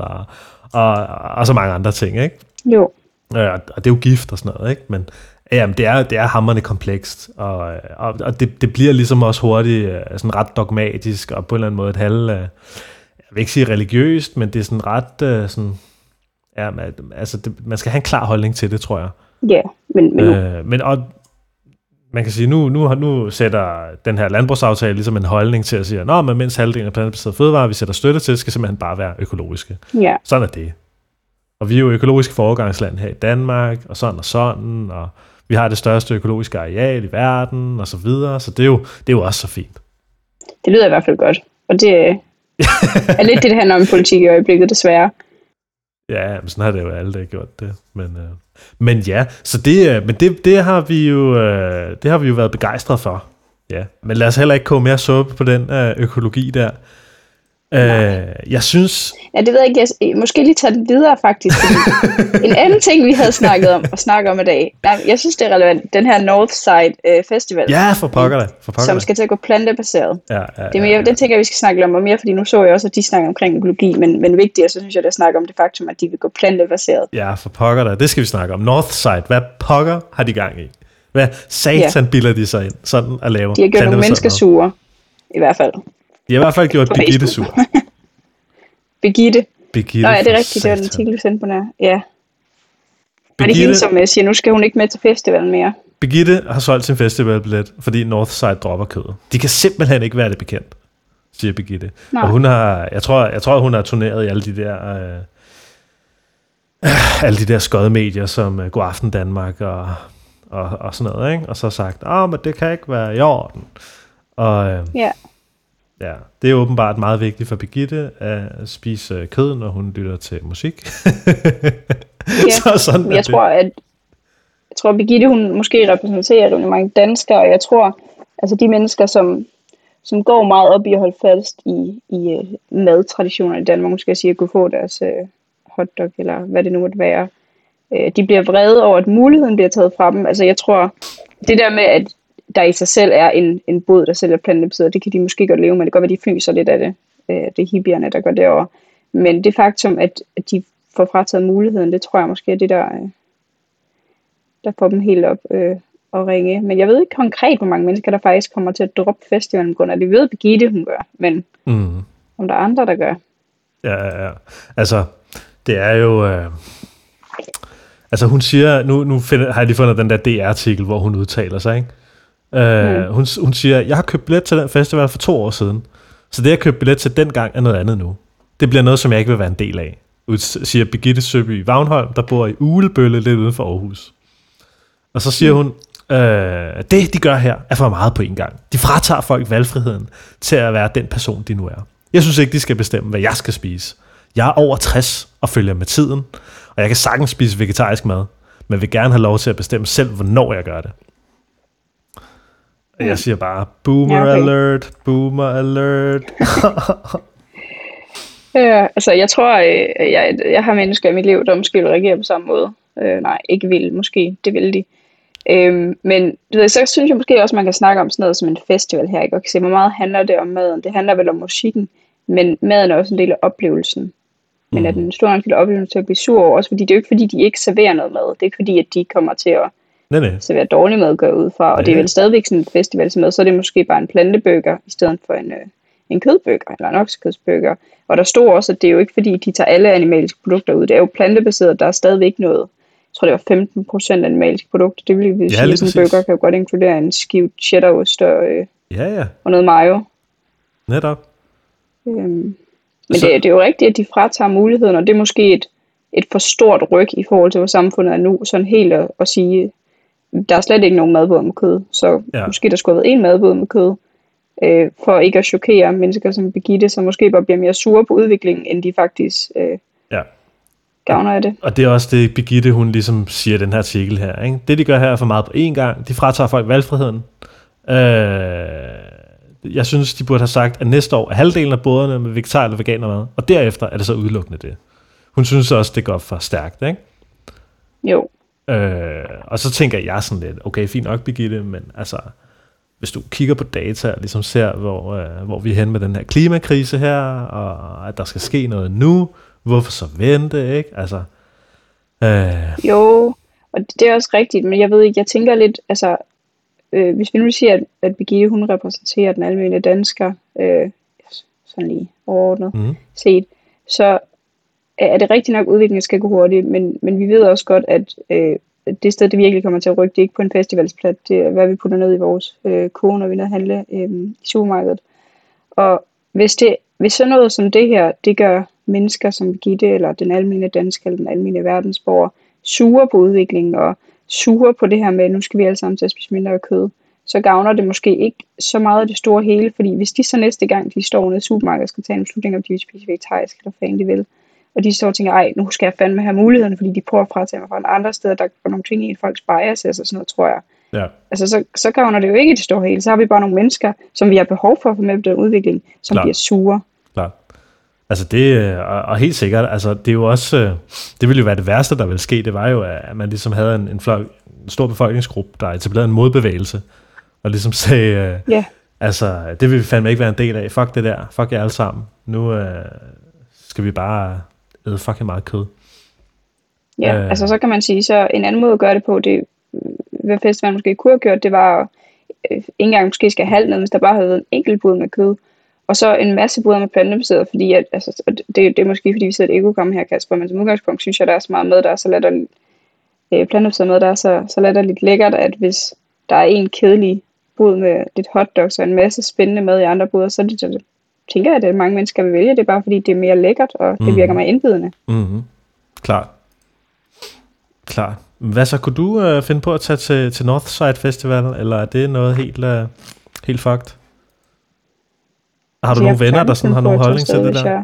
og så mange andre ting, ikke? Jo. Og det er jo gift og sådan noget, ikke? Men jamen, det er hamrende komplekst, og det bliver ligesom også hurtigt sådan ret dogmatisk, og på en eller anden måde jeg vil ikke sige religiøst, men det er sådan ret sådan, altså man skal have en klar holdning til det, tror jeg. Ja, men og man kan sige, nu sætter den her landbrugsaftale ligesom en holdning til at sige, men mindst halvdelen af plantebaseret fødevarer, vi sætter støtte til, skal simpelthen bare være økologiske. Ja. Sådan er det. Og vi er jo økologisk foregangsland her i Danmark, og sådan, og vi har det største økologiske areal i verden, og så videre, så det er jo også så fint. Det lyder i hvert fald godt, og det er lidt det handler om politik i øjeblikket, desværre. Ja, men sådan har det jo alle, der gjort det. Men ja, så det har vi jo været begejstret for. Ja, men lad os heller ikke koge mere suppe på den økologi der. Jeg synes... Ja, det ved jeg ikke. Jeg måske lige tage det videre, faktisk. En anden ting, vi havde snakket om i dag. Jeg synes, det er relevant. Den her Northside Festival. Ja, for pokker da. Som skal til at gå plantebaseret. Ja, det er mere, den tænker jeg, vi skal snakke om mere, fordi nu så jeg også, at de snakker omkring økologi, men vigtigere, så synes jeg, at snakke om det faktum, at de vil gå plantebaseret. Ja, for pokker da. Det skal vi snakke om. Northside. Hvad pokker har de gang i? Hvad satan bilder de sig ind? Sådan at lave. De har gjort nogle mennesker sure. I hvert fald. De har i hvert fald gjort Birgitte sur. Birgitte. Nå ja, det er rigtigt. Det var den artikel, vi sendte på der. Ja. Og det er hende, som siger, nu skal hun ikke med til festivalen mere. Birgitte har solgt sin festivalbillet, fordi Northside dropper kødet. De kan simpelthen ikke være det bekendt, siger Birgitte. Nej. Og hun har, jeg tror, hun har turneret i alle de der skodmedier, som God Aften Danmark og sådan noget, ikke? Og så sagt, men det kan ikke være i orden. Og ja, det er åbenbart meget vigtigt for Birgitte at spise kød, når hun lytter til musik. Ja, sådan jeg tror, Birgitte, hun måske repræsenterer mange danskere, og jeg tror, altså de mennesker, som går meget op i at holde fast i madtraditioner i Danmark, måske sige at kunne få deres hotdog, eller hvad det nu måtte være, de bliver vrede over, at muligheden bliver taget fra dem. Altså jeg tror, det der med, at der i sig selv er en bod, der sælger plantebaseret, det kan de måske godt leve med. Det kan godt være, de fnyser lidt af det. Det er hippierne, der går derover. Men det faktum, at de får frataget muligheden, det tror jeg måske er det, der får dem helt op og ringe. Men jeg ved ikke konkret, hvor mange mennesker, der faktisk kommer til at droppe festivalen på grund af det. Vi ved, Birgitte, hun gør, men om der er andre, der gør. Ja. Altså, det er jo... Altså, hun siger... Nu har jeg lige fundet den der DR-artikel, hvor hun udtaler sig, ikke? Hun siger, jeg har købt billet til den festival for 2 år siden, så det jeg købte billet til dengang er noget andet nu. Det bliver noget, som jeg ikke vil være en del af, siger Birgitte Søby Vagnholm, der bor i Ugelbølle lidt uden for Aarhus. Og så siger hun, det de gør her er for meget på en gang. De fratager folk valgfriheden til at være den person, de nu er. Jeg synes ikke, de skal bestemme, hvad jeg skal spise. Jeg er over 60 og følger med tiden, og jeg kan sagtens spise vegetarisk mad, men vil gerne have lov til at bestemme selv, hvornår jeg gør det. Jeg siger bare, boomer alert, boomer alert. Altså jeg tror, jeg har mennesker i mit liv, der måske vil reagere på samme måde. Nej, ikke vil, måske, det vil de. Men du ved, så synes jeg måske også, man kan snakke om sådan noget som en festival her, ikke? Og kan se, hvor meget handler det om maden. Det handler vel om musikken, men maden er også en del af oplevelsen. Men at en stor andel oplever til at blive sur over, også fordi det er jo ikke fordi, de ikke serverer noget mad. Det er ikke fordi, at de kommer til at servere dårlig mad, går ud fra. Og det er vel stadigvæk sådan en festivalsmad, så er det måske bare en plantebøger, i stedet for en kødbøger, eller en oksekødsbøger. Og der stod også, at det er jo ikke fordi, de tager alle animaliske produkter ud. Det er jo plantebaseret, der er stadigvæk noget. Jeg tror, det var 15% animaliske produkter. Det vil sige, at sådan en burger kan jo godt inkludere en skive cheddarost og noget mayo. Netop. Men det er jo rigtigt, at de fratager muligheden, og det er måske et for stort ryg i forhold til, hvor samfundet er nu, sådan helt at sige, der er slet ikke nogen madbåd med kød, så måske der skulle have været en madbåd med kød, for ikke at chokere mennesker som Birgitte, som måske bare bliver mere sure på udviklingen, end de faktisk gavner af det. Og det er også det, Birgitte, hun ligesom siger i den her artikel her, ikke? Det de gør her er for meget på én gang, de fratager folk valgfriheden. Jeg synes, de burde have sagt, at næste år er halvdelen af båderne med vegetar eller veganermad, og derefter er det så udelukkende det. Hun synes også, det går for stærkt, ikke? Jo. Og så tænker jeg sådan lidt, okay, fint nok, Birgitte, men altså, hvis du kigger på data og ligesom ser, hvor vi er henne med den her klimakrise her, og at der skal ske noget nu, hvorfor så vente, ikke? Altså, Jo, og det er også rigtigt, men jeg ved ikke, jeg tænker lidt, altså, hvis vi nu siger, at Birgitte, hun repræsenterer den almindelige dansker, sådan lige overordnet set, så er det rigtigt nok, at udviklingen skal gå hurtigt, men vi ved også godt, at det sted, det virkelig kommer til at rykke, det er ikke på en festivalsplads, det er, hvad vi putter ned i vores kurve, når vi er handle i supermarkedet. Og hvis sådan noget som det her, det gør mennesker som Birgitte, eller den almindelige dansker, eller den almindelige verdensborger, sure på udviklingen, og sure på det her med, at nu skal vi alle sammen til at spise mindre kød, så gavner det måske ikke så meget af det store hele, fordi hvis de så næste gang, de står nede i supermarkedet og skal tage en beslutning, om de vil spise vegetarisk, eller hvad de vil, og de står og tænker, ej, nu skal jeg fandme have muligheden, fordi de prøver at fratage mig fra andre steder, der går nogle ting i folks bias, og sådan noget, tror jeg. Ja. Altså, så gavner det jo ikke i det store hele. Så har vi bare nogle mennesker, som vi har behov for at få med på den udvikling, som bliver sure. Klart. Altså det, og helt sikkert, altså det er jo også, det ville jo være det værste, der ville ske, det var jo, at man ligesom havde en stor befolkningsgruppe, der etablerede en modbevægelse, og ligesom sagde, altså det vil vi fandme ikke være en del af, fuck det der, fuck jer alle sammen, nu skal vi bare æde fucking meget kød. Ja, altså så kan man sige, så en anden måde at gøre det på, det hvad festivalen måske kunne have gjort, det var ikke engang måske skal halve ned, hvis der bare havde været en enkelt bud med kød, og så en masse buder med plantebaseret, fordi at, altså, det er måske fordi vi sidder et ekogram her, Kasper, men som udgangspunkt synes jeg, der er så meget med, der er så latterligt, plantebaseret med, der er så latterligt lækkert, at hvis der er en kedelig bud med lidt hotdogs og en masse spændende mad i andre buder, så det, tænker jeg, at mange mennesker vil vælge det, bare fordi det er mere lækkert, og det virker mere indbydende. Mm-hmm. Klart. Hvad så, kunne du finde på at tage til Northside Festival, eller er det noget helt fucked? Har du nogle venner, der sådan har nogen holdning til det der?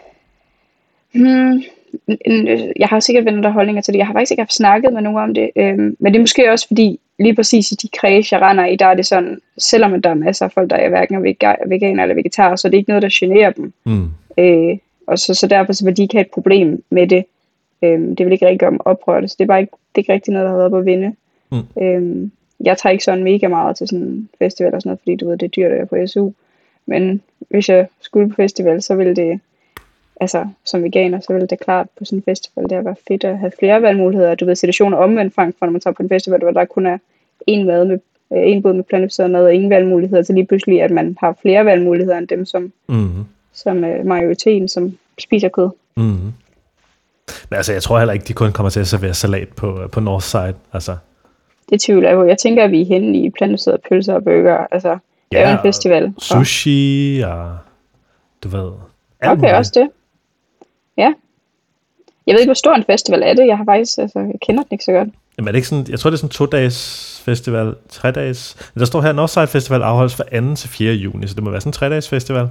Jeg har sikkert venner, der har holdninger til det. Jeg har faktisk ikke haft snakket med nogen om det. Men det er måske også fordi, lige præcis i de kreds, jeg render i, der er det sådan, selvom der er masser af folk, der er hverken veganer eller vegetar, så det er ikke noget, der generer dem. Og så derfor så vil de ikke have et problem med det. Det vil ikke rigtig gøre dem oprørte, så det er ikke rigtig noget, der har været på at vinde. Jeg tager ikke sådan mega meget til sådan en festival og sådan noget, fordi du ved, det er dyrt at være på SU. Men hvis jeg skulle på festival, så ville det, altså som veganer, så ville det klart på sådan en festival, det var fedt at have flere valgmuligheder. Du ved, situationer omvendt frem for, når man tager på en festival, hvor der kun er en båd med plantebaseret mad og ingen valgmuligheder, så lige pludselig, at man har flere valgmuligheder end dem, som majoriteten, som spiser kød. Men altså, jeg tror heller ikke, de kun kommer til at servere salat på Northside, altså. Det tvivler jeg på. Jeg tænker, at vi er henne i plantebaserede pølser og burger, altså. Det er jo en festival. Sushi og du ved. Okay, også det. Ja. Jeg ved ikke, hvor stor en festival er det. Jeg kender den ikke så godt. Jamen er det ikke sådan, jeg tror det er sådan 2-dages festival, 3-dages. Der står her, Northside Festival afholdes fra 2. til 4. juni, så det må være sådan en 3-dages festival.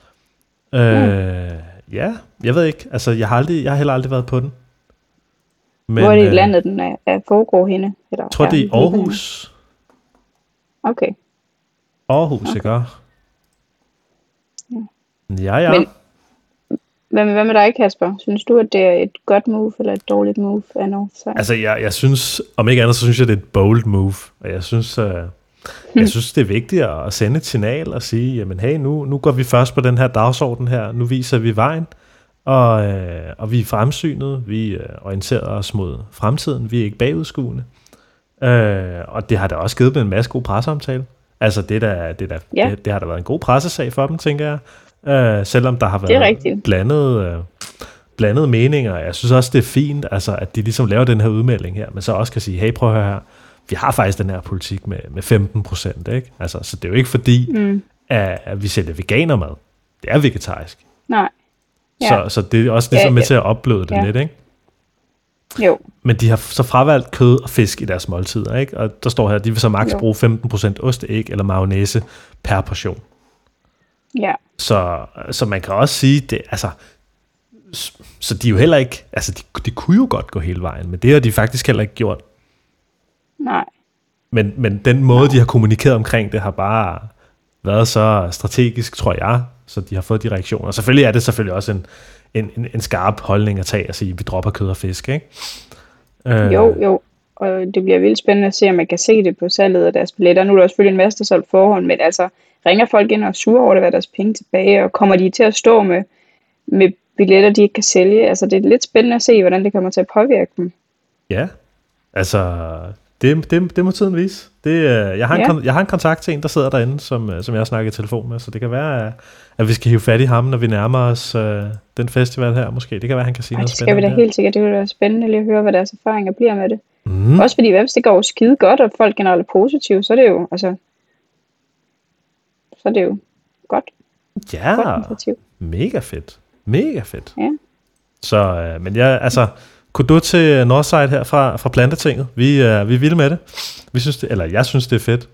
Ja, jeg ved ikke. Altså, jeg har heller aldrig været på den. Men, hvor er det i landet, den er foregår henne? Jeg tror, det er i Aarhus. Okay. Aarhus, ikke? Ja. Men, hvad med dig, Kasper? Synes du, at det er et godt move, eller et dårligt move af Northside? Altså, jeg synes, om ikke andet, så synes jeg, det er et bold move. Og jeg synes, det er vigtigt at sende et signal og sige, jamen hey, nu går vi først på den her dagsorden her, nu viser vi vejen. Og vi er fremsynet, vi orienterer os mod fremtiden, vi er ikke bagudskuende. Og det har da også givet dem en masse god presseomtale. Altså det har da været en god pressesag for dem, tænker jeg. Selvom der har været blandede meninger. Jeg synes også, det er fint, altså, at de ligesom laver den her udmelding her, men så også kan sige, hey, prøv at høre her, vi har faktisk den her politik med 15%, ikke? Altså, så det er jo ikke fordi, at vi sælger veganermad. Det er vegetarisk. Nej. Ja. Så det er også ligesom med til at opbløde det lidt, ikke? Jo. Men de har så fravalgt kød og fisk i deres måltider, ikke? Og der står her, at de vil så maks bruge 15% ost, æg eller mayonnaise per portion. Ja. Så man kan også sige, det, altså, så de er jo heller ikke, altså de kunne jo godt gå hele vejen, men det har de faktisk heller ikke gjort. Nej. Men den måde, de har kommunikeret omkring det, har bare været så strategisk, tror jeg, så de har fået de reaktioner. Og selvfølgelig er det selvfølgelig også en skarp holdning at tage og sige, at vi dropper kød og fisk, ikke? Jo. Og det bliver vildt spændende at se, om man kan se det på salget af deres billetter. Nu er der selvfølgelig en masse, der solgt forhånd, men altså, ringer folk ind og er sure over, at der er deres penge tilbage, og kommer de til at stå med billetter, de ikke kan sælge? Altså, det er lidt spændende at se, hvordan det kommer til at påvirke dem. Ja, altså, det må tiden vise. Jeg har en kontakt til en, der sidder derinde, som jeg har snakket i telefon med, så det kan være, at vi skal hive fat i ham, når vi nærmer os den festival her, måske. Det kan være, han kan sige noget spændende. Det skal vi da helt sikkert. Det vil være spændende lige at høre, hvad deres erfaringer bliver med det. Også fordi, hvis det går skide godt, og folk generelt er positive, så er det jo, altså, så er det jo godt. Ja, godt mega fedt. Mega fedt. Ja. Så, men kunne du til Northside her fra Plantetinget? Vi vil med det. Jeg synes, det er fedt.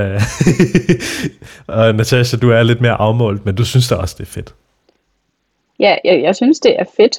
Og Natasha, du er lidt mere afmålt, men du synes da også, det er fedt. Ja, jeg synes, det er fedt.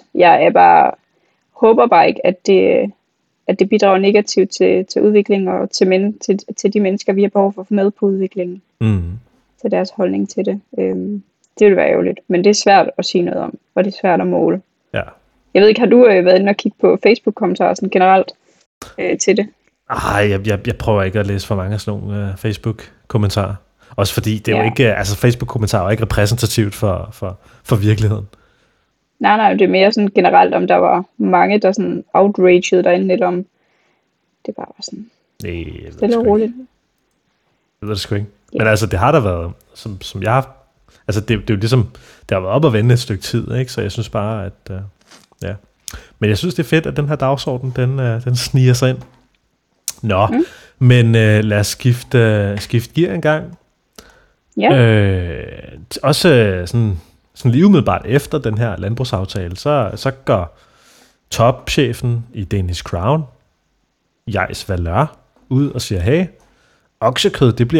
Håber bare ikke, at det bidrager negativt til udviklingen og til de mennesker, vi har behov for at få med på udviklingen. Til deres holdning til det. Det vil være ærgerligt, men det er svært at sige noget om, og det er svært at måle. Ja. Jeg ved ikke, har du været inde og kigge på Facebook-kommentarer sådan generelt til det? Jeg prøver ikke at læse for mange af sådan nogle Facebook-kommentarer. Også fordi det er jo ikke, altså Facebook-kommentarer er ikke repræsentativt for virkeligheden. Nej, det er mere sådan generelt, om der var mange, der sådan outraged derinde lidt om. Det bare var sådan stille og roligt. Jeg ved det sgu ikke. Men altså, det har der været, som jeg har, altså det er jo ligesom, det har været op at vende et stykke tid, ikke? Så jeg synes bare, at men jeg synes, det er fedt, at den her dagsorden, den sniger sig ind. Nå, men lad os skifte gear en gang. Ja. Også sådan lige umiddelbart efter den her landbrugsaftale, så går topchefen i Danish Crown, Jais Valeur, ud og siger, hey, oksekød, det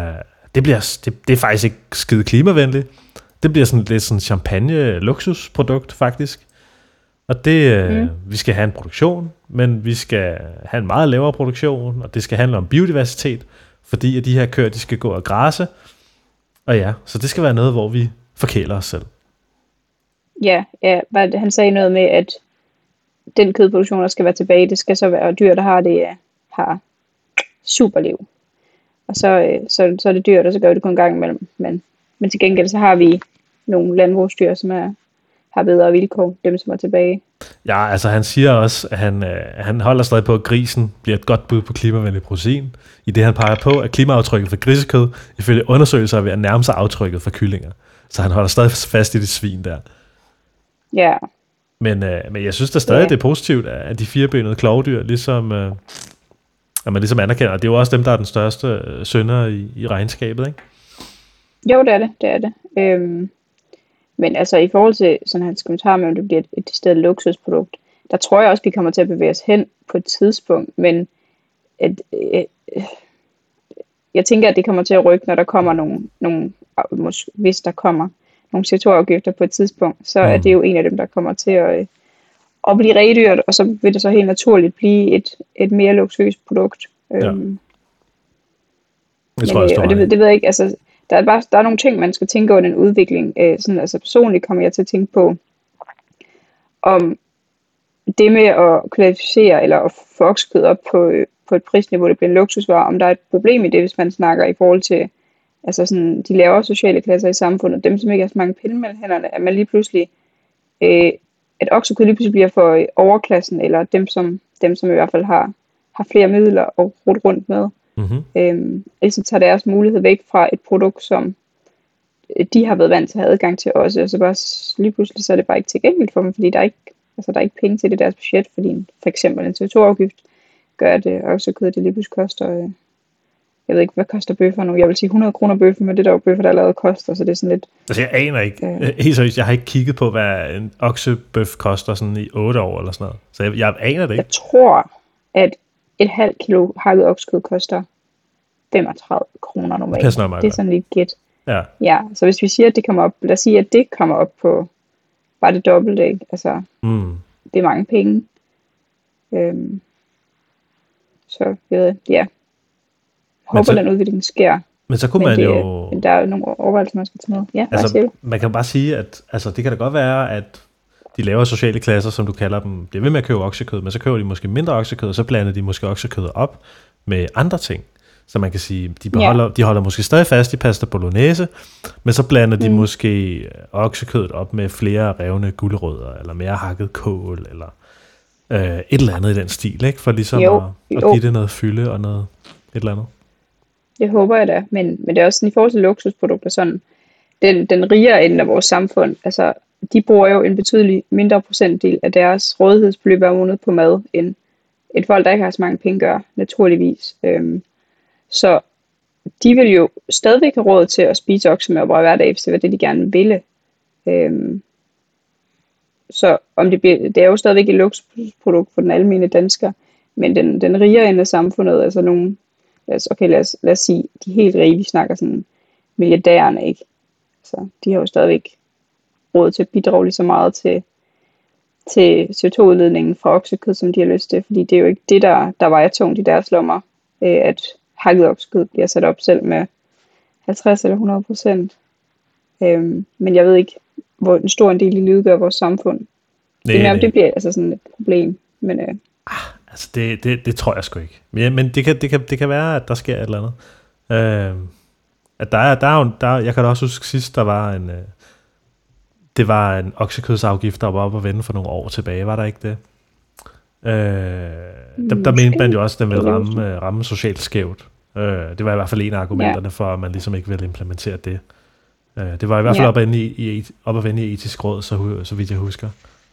er faktisk ikke skide klimavenligt. Det bliver sådan lidt sådan champagne-luksusprodukt, faktisk. Og det, vi skal have en produktion, men vi skal have en meget lavere produktion, og det skal handle om biodiversitet, fordi at de her køer, de skal gå og græsse. Og ja, så det skal være noget, hvor vi forkæler os selv. Ja, han sagde noget med, at den kødproduktion, der skal være tilbage, det skal så være dyr, der har superliv. Og så er det dyrt, og så gør det kun en gang imellem. Men til gengæld så har vi nogle landbrugsdyr, som har bedre vilkår, dem som er tilbage. Ja, altså han siger også, at han holder stadig på, at grisen bliver et godt bud på klimavenlig protein, i det han peger på, at klimaaftrykket for grisekød ifølge undersøgelser er ved at nærme sig aftrykket for kyllinger. Så han holder stadig fast i det svin der. Ja. Men jeg synes da stadig, det er positivt, at de firebenede klovdyr, ligesom, at man ligesom anerkender, det er jo også dem, der er den største synder i regnskabet, ikke? Jo, det er det. Men altså i forhold til sådan hans kommentar med, om det bliver et sted luksusprodukt, der tror jeg også, vi kommer til at bevæge os hen på et tidspunkt, men jeg tænker, at det kommer til at rykke, når der kommer hvis der kommer nogle CO2-afgifter på et tidspunkt, så er det jo en af dem, der kommer til at blive redyrt, og så vil det så helt naturligt blive et mere luksuriøst produkt. Ja. Det ved jeg ikke, altså der er nogle ting, man skal tænke over den udvikling. Sådan, altså personligt kommer jeg til at tænke på, om det med at kvalificere eller at få oksekød op på et prisniveau, det bliver en luksusvare, om der er et problem i det, hvis man snakker i forhold til altså sådan, de lavere sociale klasser i samfundet, dem som ikke har så mange penge mellem hænderne, at man lige pludselig at oksekød lige pludselig bliver for overklassen, eller dem som i hvert fald har flere midler at rute rundt med. Så tager deres mulighed væk fra et produkt, som de har været vant til at have adgang til også, og så bare lige pludselig så er det bare ikke tilgængeligt for dem, fordi der er ikke penge til det deres budget, fordi for eksempel en CO2-afgift gør, at oksekød det lige pludselig koster, jeg ved ikke, hvad koster bøffer nu, jeg vil sige 100 kroner bøffer, men det der bøffer, der allerede koster, så det er sådan lidt... Altså jeg aner ikke, helt seriøst, jeg har ikke kigget på, hvad en oksebøf koster sådan i 8 år eller sådan noget, så jeg aner det ikke. Jeg tror, at et halvt kilo hakket oksekød koster 35 kroner normalt. Det er sådan lidt gæt. Ja, så hvis vi siger, at det kommer op, lad os sige, at det kommer op på bare det dobbelte, ikke? Altså, det er mange penge. Så jeg ved, ja. Håber, den udvikling sker. Men så kunne man jo... Men der er nogle overvejelser, man skal tage med. Ja, altså, man kan bare sige, at altså, det kan da godt være, at de lavere sociale klasser, som du kalder dem, bliver ved med at købe oksekød, men så køber de måske mindre oksekød, og så blander de måske oksekød op med andre ting. Så man kan sige, de holder måske stadig fast i pasta bolognese, men så blander de måske oksekødet op med flere revne gulerødder, eller mere hakket kål, eller et eller andet i den stil, ikke? For ligesom at give det noget fylde og noget et eller andet. Det håber jeg da, men det er også sådan, i forhold til luksusprodukter, sådan, den rigere ende af vores samfund, altså, de bruger jo en betydelig mindre procentdel af deres rådighedsbeløb hver måned på mad, end et folk, der ikke har så mange penge, gør, naturligvis. Så de vil jo stadigvæk have råd til at spise oksemørbrød hver dag, hvis det var det, de gerne ville. Så om det er jo stadigvæk et luksusprodukt for den almindelige dansker, men den rigere ende af samfundet, altså nogle, lad os sige, de helt rige, vi snakker sådan milliardærerne, ikke? Så de har jo stadigvæk råd til at bidrage lige så meget til CO2-udledningen fra oksekød, som de har lyst til, fordi det er jo ikke det, der vejer tungt i deres lommer, at hakket oksekød bliver sat op selv med 50 eller 100%. Men jeg ved ikke, hvor en stor del de udgør vores samfund. Det bliver altså sådan et problem. Men, altså det tror jeg sgu ikke. Men det kan være, at der sker et eller andet. At jeg kan da også huske sidst, der var det var en oksekødsafgift, der var oppe at vende for nogle år tilbage. Var der ikke det? Der mente man jo også, at den ville ramme socialt skævt. Det var i hvert fald en af argumenterne for, at man ligesom ikke ville implementere det. Det var i hvert fald op at vende i etisk råd, så vidt jeg husker.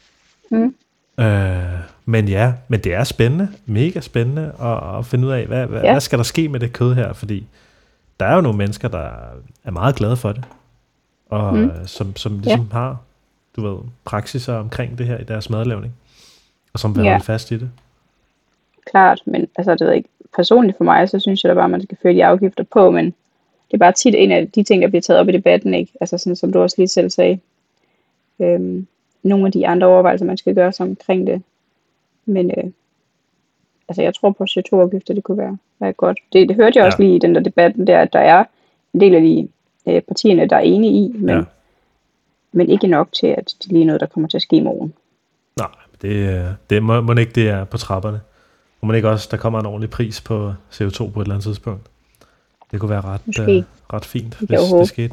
Men det er spændende, mega spændende at finde ud af, hvad skal der ske med det kød her, fordi der er jo nogle mennesker, der er meget glade for det, og som ligesom har, du ved, praksiser omkring det her i deres madlavning, og som vil holde fast i det. Klart, men altså det ved jeg ikke, personligt for mig, så synes jeg da bare, at man skal føre de afgifter på, men det er bare tit en af de ting, der bliver taget op i debatten, ikke? Altså sådan, som du også lige selv sagde. Nogle af de andre overvejelser, man skal gøre sig omkring det. Men altså jeg tror på CO2-afgifter, det kunne være godt. Det hørte jeg også lige i den der debatten der, at der er en del af de partierne, der er enige i, men ikke nok til, at det lige er noget, der kommer til at ske i morgen. Nej, det må ikke det er på trapperne. Og må ikke også, der kommer en ordentlig pris på CO2 på et eller andet tidspunkt. Det kunne være ret fint, hvis det skete.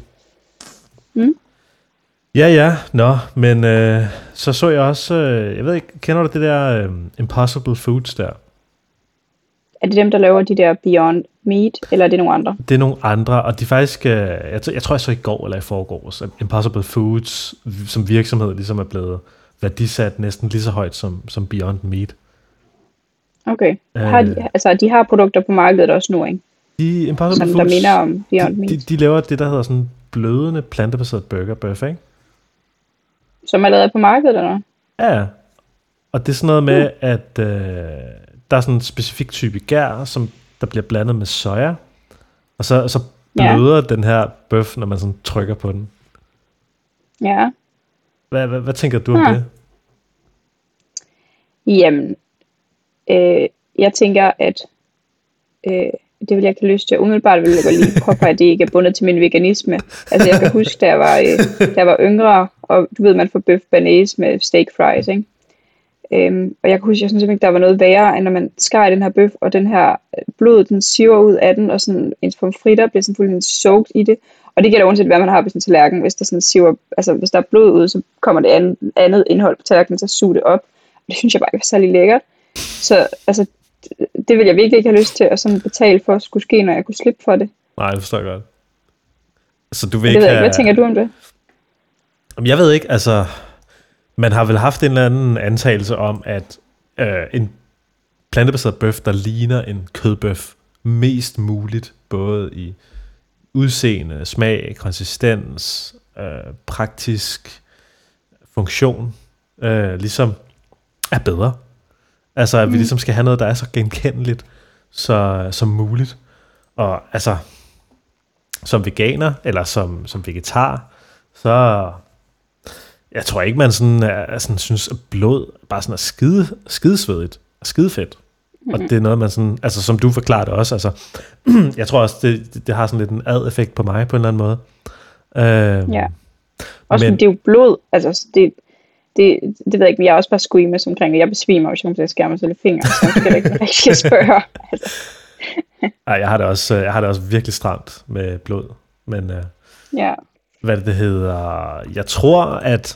Men så jeg også, jeg ved ikke, kender du det der Impossible Foods der? Er det dem, der laver de der Beyond Meat, eller er det nogle andre? Det er nogle andre, og de faktisk, jeg tror jeg så i går eller i forgårs, at Impossible Foods som virksomhed ligesom er blevet værdisat næsten lige så højt som Beyond Meat. Okay. De har produkter på markedet også nu, ikke? De Impossible Foods, der minder om Beyond Meat. De laver det, der hedder sådan blødende, plantebaseret burger bøf, ikke? Som er lavet på markedet, eller noget? Ja, og det er sådan noget med, at der er sådan en specifik type gær, som der bliver blandet med soja, og så bløder den her bøf, når man sådan trykker på den. Ja. Hvad tænker du om det? Jamen, jeg tænker, at det vil jeg ikke have lyst til. Umiddelbart vil jeg godt lige påpege, at det ikke er bundet til min veganisme. Altså jeg kan huske, da jeg var yngre, og du ved, man får bøf banæs med steak fries, ikke? Og jeg kan huske, jeg synes simpelthen, der var noget værre, end når man skar i den her bøf, og den her blod, den siver ud af den, og sådan ens pomfritter bliver sådan fuldstændig soaked i det. Og det gælder uanset, hvad man har på sin tallerken. Hvis der sådan siver, altså hvis der er blod ud, så kommer det andet indhold på tallerkenen til at suge det op. Og det synes jeg bare ikke var særlig lækkert. Så altså, det vil jeg virkelig ikke have lyst til at sådan betale for at skulle ske, når jeg kunne slippe for det. Nej, det forstår jeg godt. Så du vil ikke have... Hvad tænker du om det? Jeg ved ikke, altså... Man har vel haft en eller anden antagelse om, at en plantebaseret bøf, der ligner en kødbøf mest muligt, både i udseende, smag, konsistens, praktisk funktion, ligesom er bedre. Altså, at vi ligesom skal have noget, der er så genkendeligt som muligt. Og altså, som veganer, eller som vegetar, så... Jeg tror ikke, man sådan synes, at blod bare sådan er skidesvedigt og skidefedt. Og det er noget, man sådan, altså som du forklarede også, altså, jeg tror også, det har sådan lidt en ad-effekt på mig på en eller anden måde. Ja. Også men det er jo blod, altså det ved jeg ikke, men jeg er også bare squeamish omkring, og jeg besvimer, hvis jeg kommer til at skære mig selv i fingre, så jeg skal ikke rigtig spørge. Altså. Ej, jeg har det også virkelig stramt med blod, men ja. Hvad det hedder, jeg tror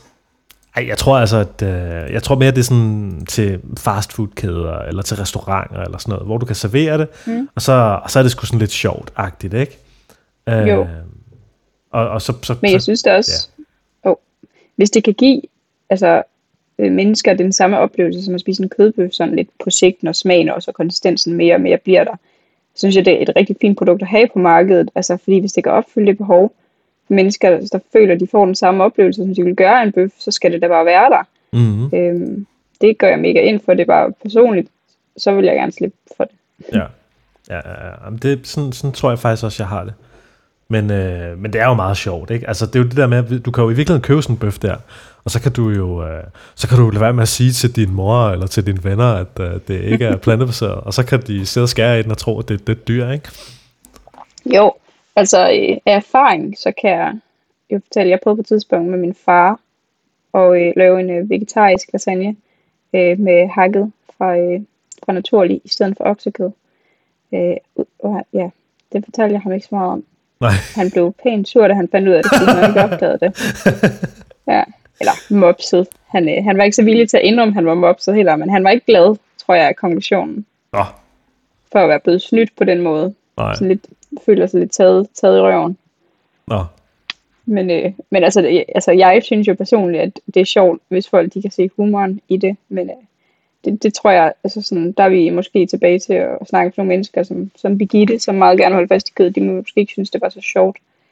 mere det er sådan til fastfoodkæder eller til restauranter eller sådan noget, hvor du kan servere det, og så er det sgu sådan lidt sjovt-agtigt, ikke? Jo. Og så men jeg synes det også, hvis det kan give altså mennesker den samme oplevelse som at spise en kødbøf sådan lidt på sigt, når smagen også og konsistensen mere og mere bliver der, så synes jeg det er et rigtig fint produkt at have på markedet, altså fordi hvis det kan opfylde det behov mennesker, der føler, at de får den samme oplevelse, som de vil gøre en bøf, så skal det da bare være der. Mm-hmm. Det gør jeg mega ind for, det er bare personligt, så vil jeg gerne slippe for det. Ja. Det, sådan tror jeg faktisk også, jeg har det. Men det er jo meget sjovt, ikke? Altså, det er jo det der med, at du kan jo i virkeligheden købe sådan en bøf der, og så kan du jo lade være med at sige til din mor eller til dine venner, at det ikke er plantebaseret, og så kan de sidde og skære i den og tro, at det er et dyr, ikke? Jo. Altså af erfaring, så kan jeg jo fortælle, jeg prøvede på et tidspunkt med min far at lave en vegetarisk lasagne med hakket fra naturlig i stedet for oksekød. Og ja, det fortalte jeg ham ikke så meget om. Nej. Han blev pænt sur, da han fandt ud af det, fordi han ikke opdagede det. Ja, eller mopset. Han var ikke så villig til at indrømme, han var mopset heller, men han var ikke glad, tror jeg, af konklusionen. For at være blevet snydt på den måde. Nej. Sådan lidt, føler sig lidt taget i røven. Nå. Men altså jeg synes jo personligt, at det er sjovt, hvis folk de kan se humoren i det. Men det tror jeg, altså sådan, der er vi måske tilbage til at snakke med nogle mennesker, som Birgitte, som meget gerne holder fast i kød. De måske ikke synes, det var så sjovt.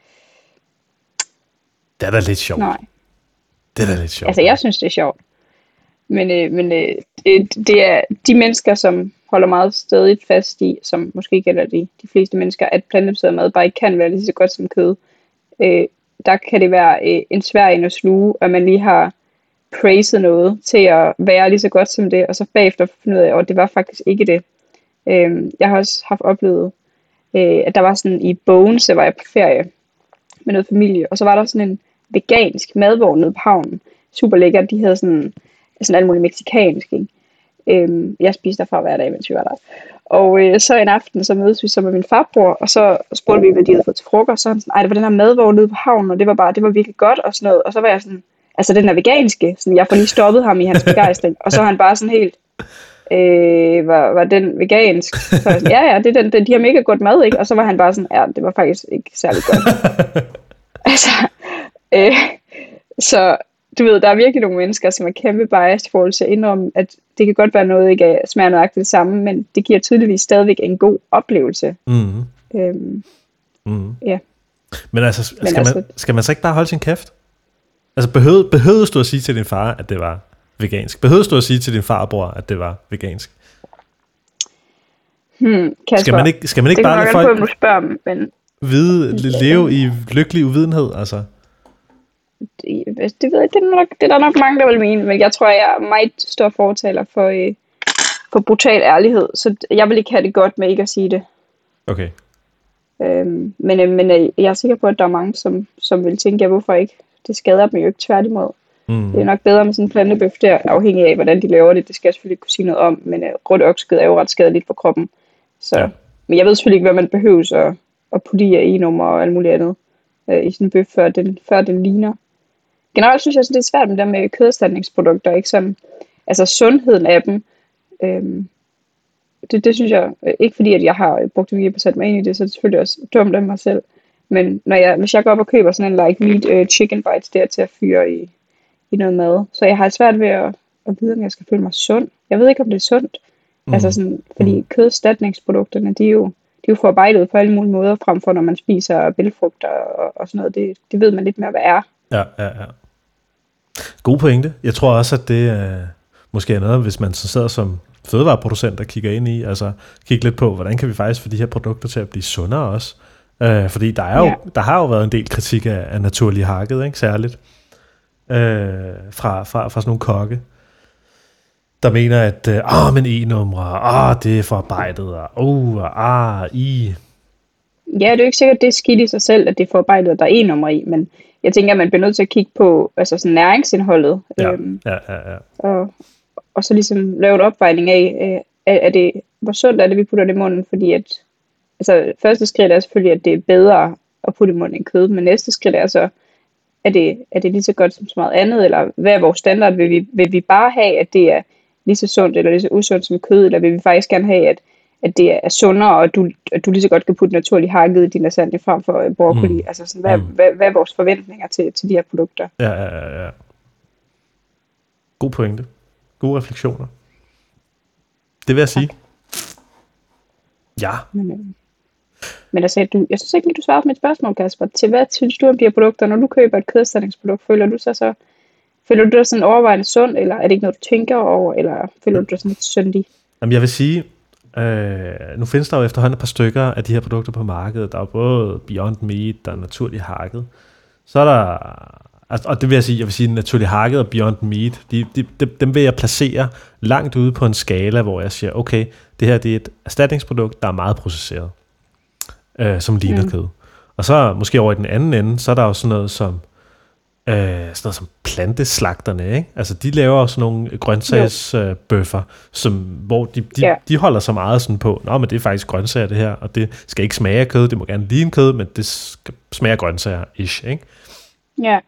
Det er da lidt sjovt. Nej. Det er da lidt sjovt. Altså jeg synes, det er sjovt. Men det er de mennesker, som holder meget stadigt fast i, som måske gælder de fleste mennesker, at plantebaseret mad bare ikke kan være lige så godt som kød. Der kan det være en svær en at sluge, at man lige har praised noget til at være lige så godt som det, og så bagefter finde ud af, at det var faktisk ikke det. Jeg har også haft oplevet, at der var sådan i Bogen, så var jeg på ferie med noget familie, og så var der sådan en vegansk madvogn nede på havnen. Super lækkert, de havde sådan alt muligt mexicansk, ikke? Jeg spiste derfra hver dag, mens vi var der. Og så en aften, så mødes vi så med min farbror, og så spurgte vi, hvad de havde fået til frokost. Så han sådan, det var den her madvogn nede på havnen, og det var virkelig godt og sådan noget. Og så var jeg sådan, altså den er veganske. Sådan, jeg får lige stoppet ham i hans begejstring. Og så var han bare sådan helt, var den vegansk? Så jeg sådan, ja, det er den, de har mega godt mad, ikke? Og så var han bare sådan, ja, det var faktisk ikke særlig godt. Altså, så du ved, der er virkelig nogle mennesker, som er kæmpe biased i forhold til at indrømme, at det kan godt være noget, ikke smager nøjagtigt det samme, men det giver tydeligvis stadigvæk en god oplevelse. Ja. Men altså, skal man så ikke bare holde sin kæft? Altså, behøvede du at sige til din far, at det var vegansk? Behøvede du at sige til din farbror, at det var vegansk? Kasper, skal man ikke bare lade folk men leve i lykkelig uvidenhed, altså? Det ved jeg, det er der nok mange, der vil mene, men jeg tror, jeg er meget stor fortaler for brutal ærlighed, så jeg vil ikke have det godt med ikke at sige det. Okay. Men jeg er sikker på, at der er mange, som vil tænke, ja, hvorfor ikke? Det skader dem jo ikke, tværtimod. Det er nok bedre med sådan en plantebøf der, afhængig af, hvordan de laver det. Det skal jeg selvfølgelig ikke kunne sige noget om, men rødt oksekød er jo ret skadeligt for kroppen. Så, ja. Men jeg ved selvfølgelig ikke, hvad man behøver at putte i af e-nummer og alt muligt andet i sådan en bøf, før den ligner. Generelt synes jeg også, det er svært med det med køderstatningsprodukter, ikke sådan, altså sundheden af dem. Det synes jeg, ikke fordi at jeg har brugt det på at sætte mig ind i det, så er det selvfølgelig også dumt af mig selv. Men hvis jeg går op og køber sådan en like meat chicken bites der til at fyre i noget mad, så jeg har svært ved at vide, om jeg skal føle mig sund. Jeg ved ikke, om det er sundt. Altså sådan, fordi kødstatningsprodukterne, de er jo forarbejdet på alle mulige måder, frem for når man spiser bælgfrugter og sådan noget. Det ved man lidt mere, hvad er. Ja. God pointe. Jeg tror også, at det måske er noget, hvis man så sidder som fødevareproducent og kigger ind i, altså kigge lidt på, hvordan kan vi faktisk få de her produkter til at blive sundere også. Fordi der har jo været en del kritik af naturlig hakket, ikke? Særligt fra sådan nogle kokke, der mener, at men e-numre, det er forarbejdet, Ja, det er jo ikke sikkert, det er skidt i sig selv, at det er forarbejdet, at der er e-numre i, men jeg tænker, at man bliver nødt til at kigge på altså sådan næringsindholdet. Ja. Og så ligesom lave en opvejning af, hvor sundt er det, vi putter det i munden, fordi at, altså første skridt er selvfølgelig, at det er bedre at putte i munden end kød, men næste skridt er så, er det lige så godt som så meget andet, eller hvad er vores standard? Vil vi bare have, at det er lige så sundt eller lige så usundt som kød, eller vil vi faktisk gerne have, at det er sundere, og at du lige så godt kan putte naturligt hakket i din lasagne frem for broccoli? Altså sådan, hvad er vores forventninger til de her produkter? Ja. God pointe. Gode refleksioner. Det vil jeg sige. Ja. Men altså, jeg synes ikke lige, du svarer på mit spørgsmål, Kasper. Til hvad synes du om de her produkter, når du køber et kødstatsningsprodukt? Føler du dig sådan overvejende sund, eller er det ikke noget, du tænker over, eller føler du dig sådan lidt syndig? Jamen, jeg vil sige, nu findes der jo efterhånden et par stykker af de her produkter på markedet. Der er jo både Beyond Meat, der er naturligt hakket. Så er der, og det vil jeg vil sige, naturligt hakket og Beyond Meat, dem vil jeg placere langt ude på en skala, hvor jeg siger, okay, det her det er et erstatningsprodukt, der er meget processeret, som ligner kød. Og så måske over i den anden ende, så er der jo sådan noget som planteslagterne, ikke? Altså de laver også nogle grøntsagsbøffer, hvor de holder så meget sådan på, men det er faktisk grøntsager det her, og det skal ikke smage af kød, det må gerne ligne kød, men det skal smage af grøntsager-ish, ikke? Ja.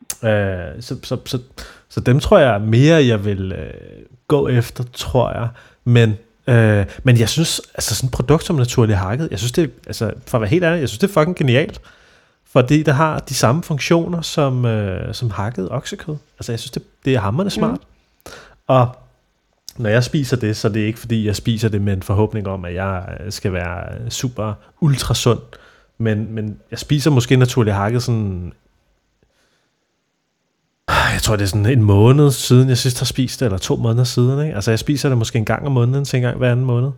Så dem tror jeg mere, jeg vil gå efter, tror jeg, men jeg synes, altså sådan et produkt som naturligt hakket, jeg synes det, altså for at være helt ærlig, jeg synes det er fucking genialt. Fordi det har de samme funktioner som hakket oksekød. Altså jeg synes, det er hamrende smart. Og når jeg spiser det, så er det ikke fordi, jeg spiser det med en forhåbning om, at jeg skal være super ultra sund. Men jeg spiser måske naturligt hakket sådan, jeg tror det er sådan en måned siden, jeg sidst har spist det, eller 2 måneder siden. Ikke? Altså jeg spiser det måske en gang om måneden, til en gang hver anden måned.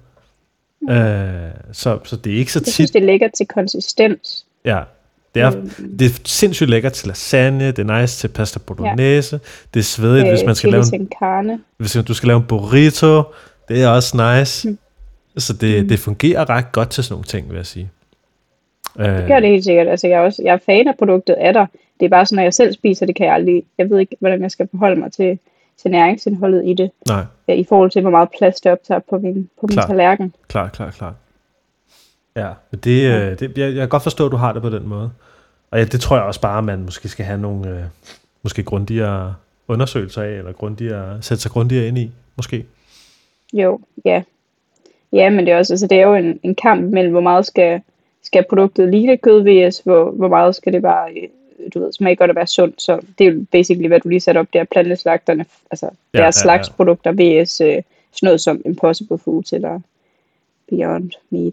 Så det er ikke så tit. Jeg synes, det er lækkert til konsistens. Ja. Det er sindssygt lækkert til lasagne, det er nice til pasta bolognese, det er svedigt, hvis man skal hvis du skal lave en burrito, det er også nice. Så det fungerer ret godt til sådan nogle ting, vil jeg sige. Det gør det helt sikkert. Altså, jeg er fan af produktet af dig. Det er bare sådan, når jeg selv spiser, det kan jeg aldrig. Jeg ved ikke, hvordan jeg skal forholde mig til næringsindholdet i det. Nej. I forhold til, hvor meget plads det optager på min tallerken. Klart. Ja, men jeg kan godt forstå, at du har det på den måde. Og det tror jeg også bare, at man måske skal have nogle måske grundigere undersøgelser af, eller sætte sig grundigere ind i, måske. Jo, ja. Ja, men det er også, altså det er jo en kamp mellem, hvor meget skal produktet ligne kød vs, hvor meget skal det bare, smage godt og være sundt. Så det er jo basically, hvad du lige satte op der, planteslagterne, altså deres slagsprodukter vs sådan noget som Impossible Foods eller Beyond Meat.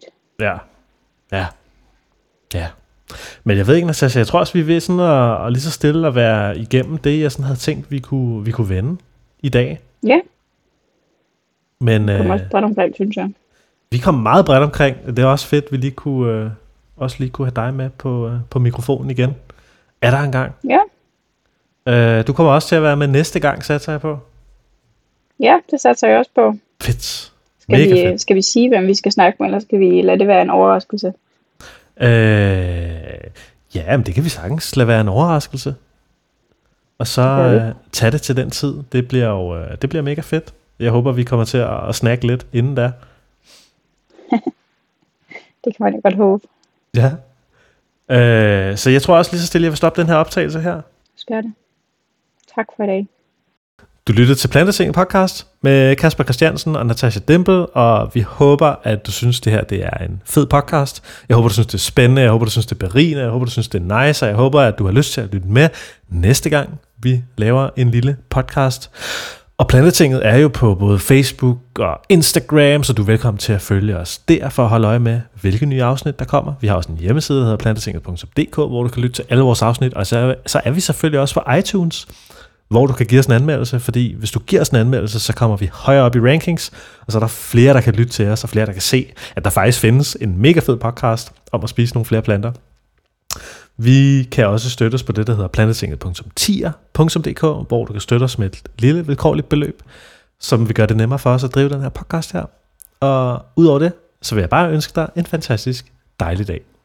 Ja. Men jeg ved ikke, Natasha, jeg tror også, vi er ved sådan at lige så stille at være igennem det, jeg sådan havde tænkt, vi kunne vende i dag. Ja. Men vi kom også bredt omkring, synes jeg. Vi kom meget bredt omkring. Det er også fedt, vi lige kunne have dig med på mikrofonen igen. Er der engang? Ja. Du kommer også til at være med næste gang, satser jeg på. Ja, det satser jeg også på. Fedt. Skal vi sige, hvem vi skal snakke med, eller skal vi lade det være en overraskelse? Ja, men det kan vi sagtens lade være en overraskelse. Og så tag det til den tid. Det bliver mega fedt. Jeg håber, vi kommer til at snakke lidt inden da. Det kan man jo godt håbe. Ja. Så jeg tror også lige så stille, jeg vil stoppe den her optagelse her. Skal det. Tak for i dag. Du lyttede til Plantetinget podcast med Kasper Christiansen og Natasha Dimple, og vi håber, at du synes, det her det er en fed podcast. Jeg håber, du synes, det er spændende, jeg håber, du synes, det er berigende, jeg håber, du synes, det er nice, og jeg håber, at du har lyst til at lytte med næste gang, vi laver en lille podcast. Og Plantetinget er jo på både Facebook og Instagram, så du er velkommen til at følge os der for at holde øje med, hvilke nye afsnit der kommer. Vi har også en hjemmeside, der hedder plantetinget.dk, hvor du kan lytte til alle vores afsnit, og så er vi selvfølgelig også på iTunes, hvor du kan give os en anmeldelse, fordi hvis du giver os en anmeldelse, så kommer vi højere op i rankings, og så er der flere, der kan lytte til os, og flere, der kan se, at der faktisk findes en mega fed podcast om at spise nogle flere planter. Vi kan også støtte os på det, der hedder plantetinget.tier.dk, hvor du kan støtte os med et lille vilkårligt beløb, som vil gøre det nemmere for os at drive den her podcast her. Og udover det, så vil jeg bare ønske dig en fantastisk dejlig dag.